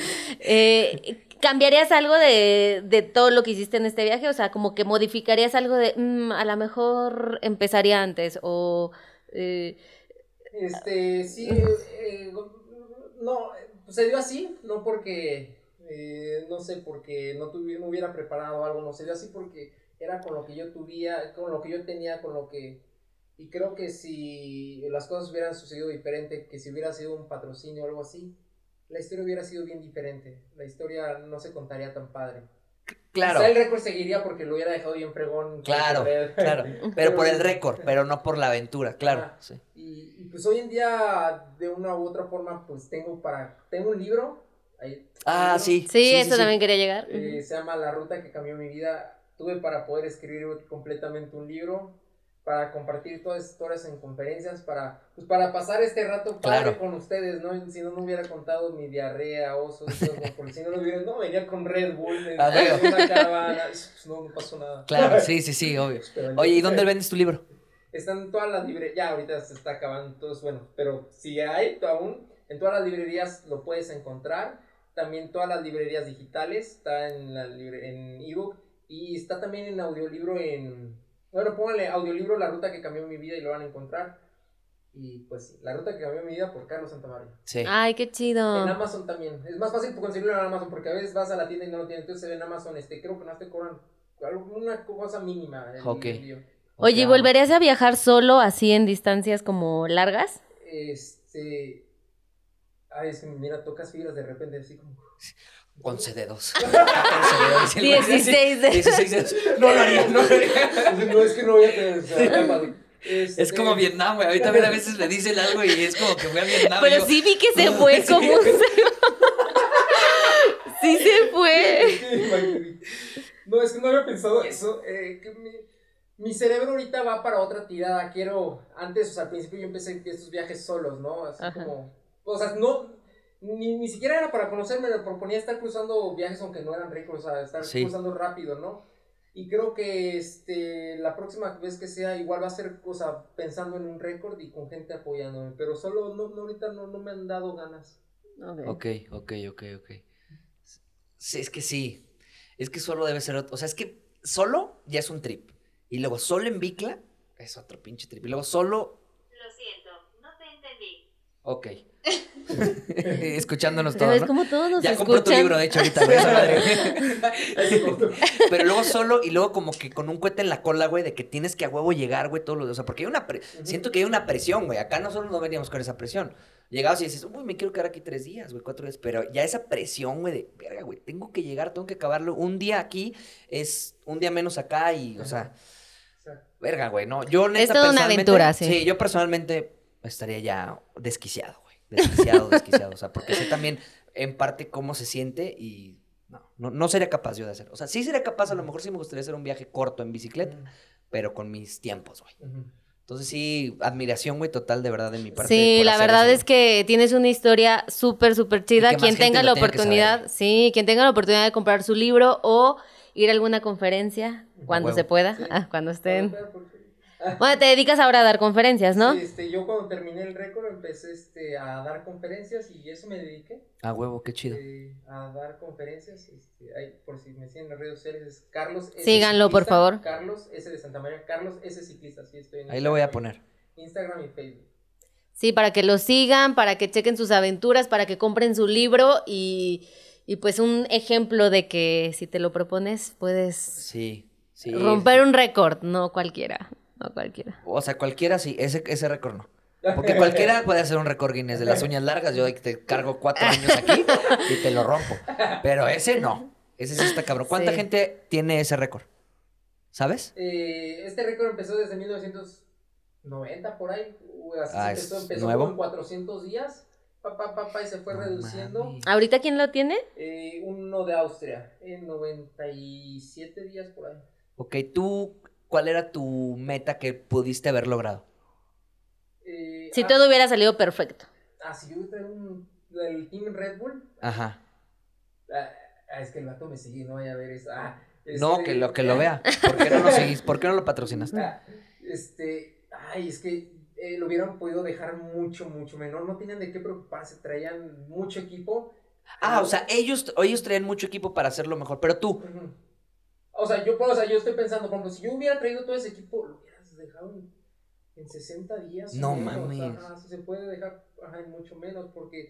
Eh, ¿cambiarías algo de, de todo lo que hiciste en este viaje? O sea, como que modificarías algo de, mm, a lo mejor empezaría antes o... eh,
Este, sí, eh, eh, no, pues se dio así, no porque, eh, no sé, porque no, tuvi- no hubiera preparado algo, no, se dio así porque era con lo que yo tuviera, con lo que yo tenía, con lo que, y creo que si las cosas hubieran sucedido diferente, que si hubiera sido un patrocinio o algo así, la historia hubiera sido bien diferente, la historia no se contaría tan padre.
Claro.
Quizá el récord seguiría porque lo hubiera dejado bien fregón.
Claro, claro. Pero por el récord, pero no por la aventura, claro.
Ajá.
Sí.
Y, y pues hoy en día, de una u otra forma, pues tengo para, tengo un libro. Ahí,
Ah,
un libro,
sí.
sí, eso también quería llegar.
eh, se llama La Ruta que Cambió Mi Vida. Tuve para poder escribir completamente un libro, para compartir todas esas historias en conferencias, para, pues para pasar este rato padre
Claro.
con ustedes, ¿no? Si no, no hubiera contado mi diarrea, osos, todo, porque si no, no hubiera, no, venía con Red Bull en,
Ah, bueno.
en una caravana, pues no, no pasó nada.
Claro, sí, sí, sí, obvio.
Pero
Oye, ¿y
yo-
dónde vendes tu libro?
Están en todas las librerías, ya ahorita se está acabando todo, bueno, pero si hay aún, en todas las librerías lo puedes encontrar, también todas las librerías digitales, está en la libre, en ebook y está también en audiolibro en, bueno, pónganle audiolibro La Ruta que Cambió Mi Vida y lo van a encontrar, y pues sí, La Ruta que Cambió Mi Vida por Carlos Santamaría.
Sí.
Ay, qué chido.
En Amazon también, es más fácil conseguirlo en Amazon porque a veces vas a la tienda y no lo tienen, entonces se ve en Amazon, este, creo que no te cobran alguna cosa mínima el
Ok.
envío.
Oye, ¿y
Claro.
volverías a viajar solo así en distancias como largas?
Este. Ay, es que mira, tocas fibras de repente, así como.
once dedos. catorce dedos.
dieciséis dedos.
dieciséis dedos. No lo haría, no lo haría.
No, es que no voy a tener. O sea, este,
Es como Vietnam, güey. A mí también a veces me dicen algo y es como que voy a Vietnam. y
Pero
digo,
sí vi que se fue
Sí.
como un... Sí se fue.
No, es que no había pensado eso. Eh, que mi, mi cerebro ahorita va para otra tirada. Quiero. Antes, o sea, al principio yo empecé estos viajes solos, ¿no? Así
Ajá.
como. O sea, no. Ni, ni siquiera era para conocerme, me proponía estar cruzando viajes aunque no eran ricos, o sea, estar
Sí.
cruzando rápido, ¿no? Y creo que este, la próxima vez que sea, igual va a ser cosa pensando en un récord y con gente apoyándome. Pero solo, no, no ahorita no, no me han dado ganas.
Ok, ok, ok, ok. Sí, es que sí. Es que solo debe ser otro. O sea, es que solo ya es un trip. Y luego solo en bicla es otro pinche trip. Y luego solo.
Lo siento, no te entendí.
Ok. Escuchándonos
¿Ya
todos,
ves
¿no?
cómo todos nos
Ya compré tu
escuchan?
libro, de hecho, ahorita, güey, esa madre. Pero luego solo, y luego como que con un cohete en la cola, güey, de que tienes que a huevo llegar, güey, todos los días. O sea, porque hay una pre-
Ujú.
siento que hay una presión, güey. Acá nosotros no veníamos con esa presión. Llegabas y dices, uy, me quiero quedar aquí tres días, güey, cuatro días. Pero ya esa presión, güey, de, verga, güey, tengo que llegar, tengo que acabarlo. Un día aquí es un día menos acá y, o sea,
Exacto.
verga, güey, no. Yo, neta,
Es toda una
personalmente-
aventura, sí.
Sí, yo personalmente estaría ya desquiciado, güey. Desquiciado, desquiciado. O sea, porque sé también en parte cómo se siente y no, no, no sería capaz yo de hacer. O sea, sí sería capaz, a lo mejor sí me gustaría hacer un viaje corto en bicicleta,
Ujú.
pero con mis tiempos, güey.
Ujú.
Entonces sí, admiración, güey, total, de verdad, de mi parte.
Sí,
por
la
hacer
verdad
eso,
es que tienes una historia súper, súper chida.
Y que más
Quien
gente
tenga
lo
la
tiene que
oportunidad,
saber.
sí, quien tenga la oportunidad de comprar su libro o ir a alguna conferencia, cuando
huevo.
se pueda,
Sí.
ah, cuando estén.
Pero, ¿por qué?
Bueno, te dedicas ahora a dar conferencias, ¿no?
Sí, este, yo cuando terminé el récord empecé este, a dar conferencias y eso me dediqué.
Ah, huevo, qué chido.
eh, a dar conferencias. Este, ahí, por si me siguen en las redes sociales, es Carlos S.
Síganlo, por
Ciclista,
favor.
Carlos S. de Santa María, Carlos S. Ciclista, sí, estoy en
Ahí lo voy a
Instagram
poner.
y- Instagram y Facebook.
Sí, para que lo sigan, para que chequen sus aventuras, para que compren su libro y, y pues un ejemplo de que si te lo propones puedes
Sí, sí.
romper
sí.
un récord, no cualquiera, no cualquiera.
O sea, cualquiera sí, ese, ese récord no. Porque cualquiera puede hacer un récord Guinness de las uñas largas. Yo te cargo cuatro años aquí y te lo rompo. Pero ese no. Ese sí está cabrón. ¿Cuánta
Sí.
gente tiene ese récord? ¿Sabes?
Eh, este récord empezó desde mil novecientos noventa por ahí. uh, Así
Ah,
se empezó,
¿es
empezó
nuevo?
como en cuatrocientos días. Pa, pa, pa, pa, y se fue
No
reduciendo.
mames.
¿Ahorita quién lo tiene?
Eh, uno de Austria, en noventa y siete días por ahí.
Ok, tú, ¿cuál era tu meta que pudiste haber logrado?
Eh,
Si
ah,
todo hubiera salido perfecto.
ah, si yo hubiera traído un, el Team Red Bull.
Ajá.
Ah, ah, es que el vato me sigue, no vaya a ver eso. Ah,
No,
este,
que lo, que lo vea. ¿Por qué no lo seguís? ¿Por qué no lo patrocinaste?
Ah, este, ay, es que eh, lo hubieran podido dejar mucho, mucho menor. No tenían de qué preocuparse, traían mucho equipo.
Ah, o sea, ellos, ellos traían mucho equipo para hacerlo mejor, pero tú.
Ujú. O sea, yo, o sea, yo estoy pensando, por ejemplo, si yo hubiera traído todo ese equipo, lo hubieras dejado en, en sesenta días. o
No
menos.
mames.
Ajá, si se puede dejar ajá, en mucho menos, porque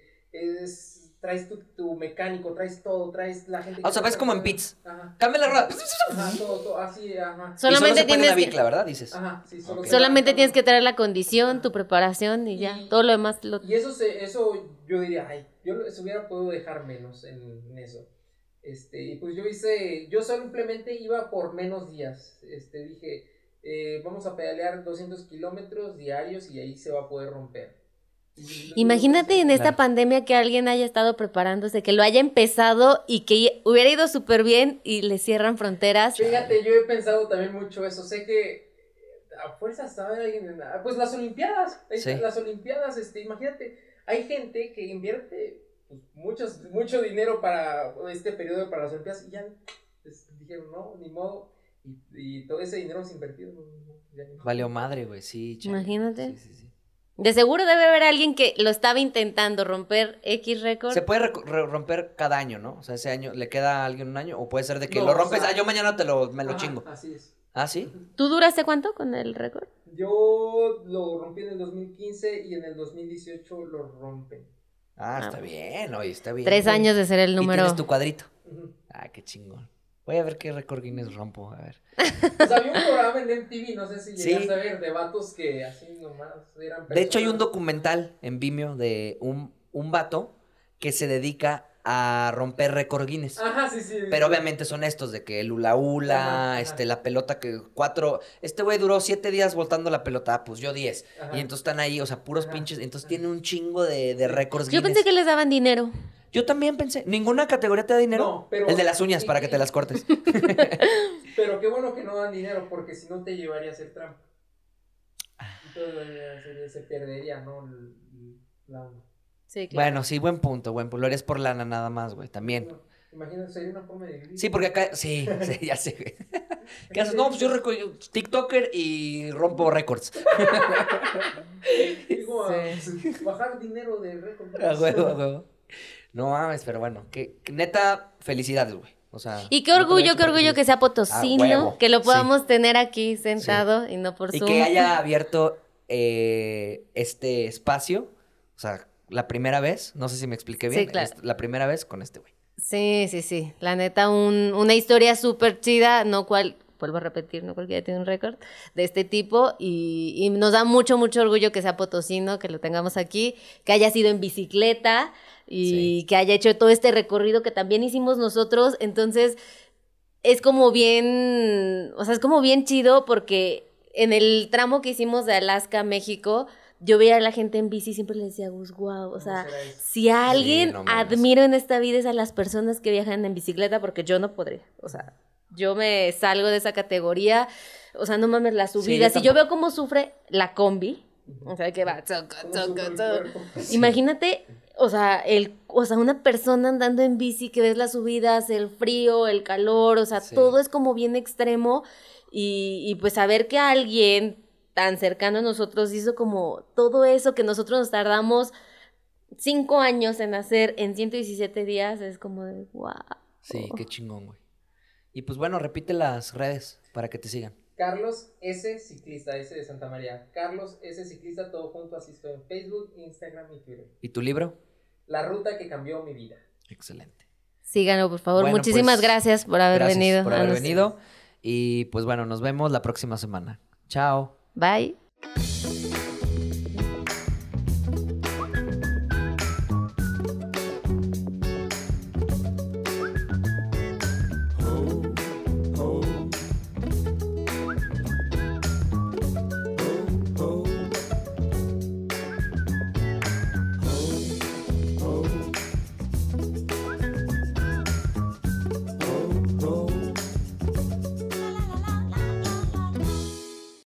es, traes tu, tu mecánico, traes todo, traes la gente.
O sea,
que
ves como en pits.
Ajá.
Cambia la rueda.
Ajá, todo, todo, así, ajá.
Y solo
Solamente
se puede
tienes
una
que-
bicla, ¿verdad? Dices.
Ajá, sí, solo
Ok.
se
Solamente
levanta,
tienes
¿no?
que traer la condición, tu preparación y ya.
Y-
Todo lo demás lo...
Y eso, se, eso yo diría, ay, yo lo- se hubiera podido dejar menos en, en eso. Este, y pues yo hice, yo simplemente iba por menos días. Este, dije, eh, vamos a pedalear doscientos kilómetros diarios y ahí se va a poder romper. Y-
Imagínate en esta
Claro.
pandemia que alguien haya estado preparándose, que lo haya empezado y que hubiera ido súper bien y le cierran fronteras.
Fíjate, yo he pensado también mucho eso. Sé que a fuerza estaba alguien en la- pues las Olimpiadas. ahí
Sí.
están Las Olimpiadas, este, imagínate, hay gente que invierte pues, muchos, mucho dinero para este periodo para las Olimpiadas y ya pues, dijeron, no, ni modo. Y, y todo ese dinero se invertido. No, no, ya ni-
Valió madre, güey. Sí, chale.
Imagínate.
Sí, sí, sí.
De seguro debe haber alguien que lo estaba intentando romper X récord.
Se puede reco- re- romper cada año, ¿no? O sea, ese año le queda a alguien un año. O puede ser de que
No,
lo
o
rompes.
sea-
Ah, yo mañana te lo, me lo
Ajá,
chingo.
Así es.
Ah, sí.
¿Tú duraste cuánto con el récord?
Yo lo rompí en el dos mil quince y en el dos mil dieciocho lo rompen.
Ah,
Ah,
está bien, oye, está bien.
Tres
güey.
años de ser el
Y
número.
tienes tu cuadrito.
Ujú.
Ah, qué chingón. Voy a ver qué récord Guinness rompo. A ver.
Pues había un programa en M T V, no sé si
Sí.
llegaste a ver, de vatos que así nomás eran
De hecho, hay un
personas-
documental en Vimeo de un, un vato que se dedica a romper récord Guinness.
Ajá, sí, sí.
Pero
sí.
obviamente son estos de que el hula hula,
Ajá, ajá.
este, la pelota que cuatro. Este güey duró siete días voltando la pelota, ah, pues yo diez.
Ajá.
Y entonces están ahí, o sea, puros
Ajá,
pinches. Entonces
ajá.
tiene un chingo de, de
Sí.
récords
Yo
Guinness.
pensé que les daban dinero.
Yo también pensé. ¿Ninguna categoría te da dinero?
No, pero-
El de las uñas
y-
para que
y-
te las cortes.
Pero qué bueno que no dan dinero, porque si no te llevaría a hacer trampa.
Ah.
Entonces se, se perdería, ¿no? El- La...
Sí, claro.
Bueno, sí, buen punto, buen punto. Lo harías por lana nada más, güey, también.
No. Imagínate, sería una forma de vivir.
Sí, porque acá, sí, sí, ya sé, güey. ¿Qué haces? No, pues yo reco- yo TikToker y rompo récords.
Digo, a-
Sí.
bajar dinero de récord.
A huevo, a huevo. No mames, pero bueno, que, que neta, felicidades, güey. O sea.
Y qué
neta, me
orgullo,
da
qué
súper
orgullo
feliz.
que sea
A
potosino,
huevo,
que lo
sí.
podamos tener aquí sentado y no por
Y
Zoom.
que haya abierto eh, este espacio, o sea, la primera vez, no sé si me expliqué bien,
Sí, claro.
es la primera vez con este güey.
Sí, sí, sí. La neta, un, una historia súper chida, no cual, vuelvo a repetir, no cualquiera tiene un récord de este tipo y, y nos da mucho, mucho orgullo que sea potosino, que lo tengamos aquí, que haya sido en bicicleta y
Sí.
que haya hecho todo este recorrido que también hicimos nosotros. Entonces, es como bien, o sea, es como bien chido porque en el tramo que hicimos de Alaska a México, yo veía a la gente en bici y siempre le decía, Gus, wow, o sea,
será eso?
si a alguien
no mames.
admiro en esta vida es a las personas que viajan en bicicleta porque yo no podría, o sea, yo me salgo de esa categoría, o sea, no mames, las
Sí,
subidas,
yo
y yo
tampoco.
veo cómo sufre la combi, o sea, que va, choca,
¿Cómo
choca,
sufre el
choca.
cuerpo?
Imagínate, o sea, el, o sea, una persona andando en bici que ves las subidas, el frío, el calor, o sea,
Sí.
todo es como bien extremo y, y pues saber que alguien tan cercano a nosotros hizo como todo eso que nosotros nos tardamos cinco años en hacer en ciento diecisiete días, es como de wow.
Sí, qué chingón, güey. Y pues bueno, repite las redes para que te sigan.
Carlos S. Ciclista, S de Santa María. Carlos S. Ciclista, todo junto, así estoy en Facebook, Instagram y Twitter.
¿Y tu libro?
La ruta que cambió mi vida.
Excelente.
Síganlo, por favor.
Bueno,
Muchísimas
pues,
gracias por haber
Gracias
venido.
por
a
haber
nos-
venido. Y pues bueno, nos vemos la próxima semana. Chao.
Bye.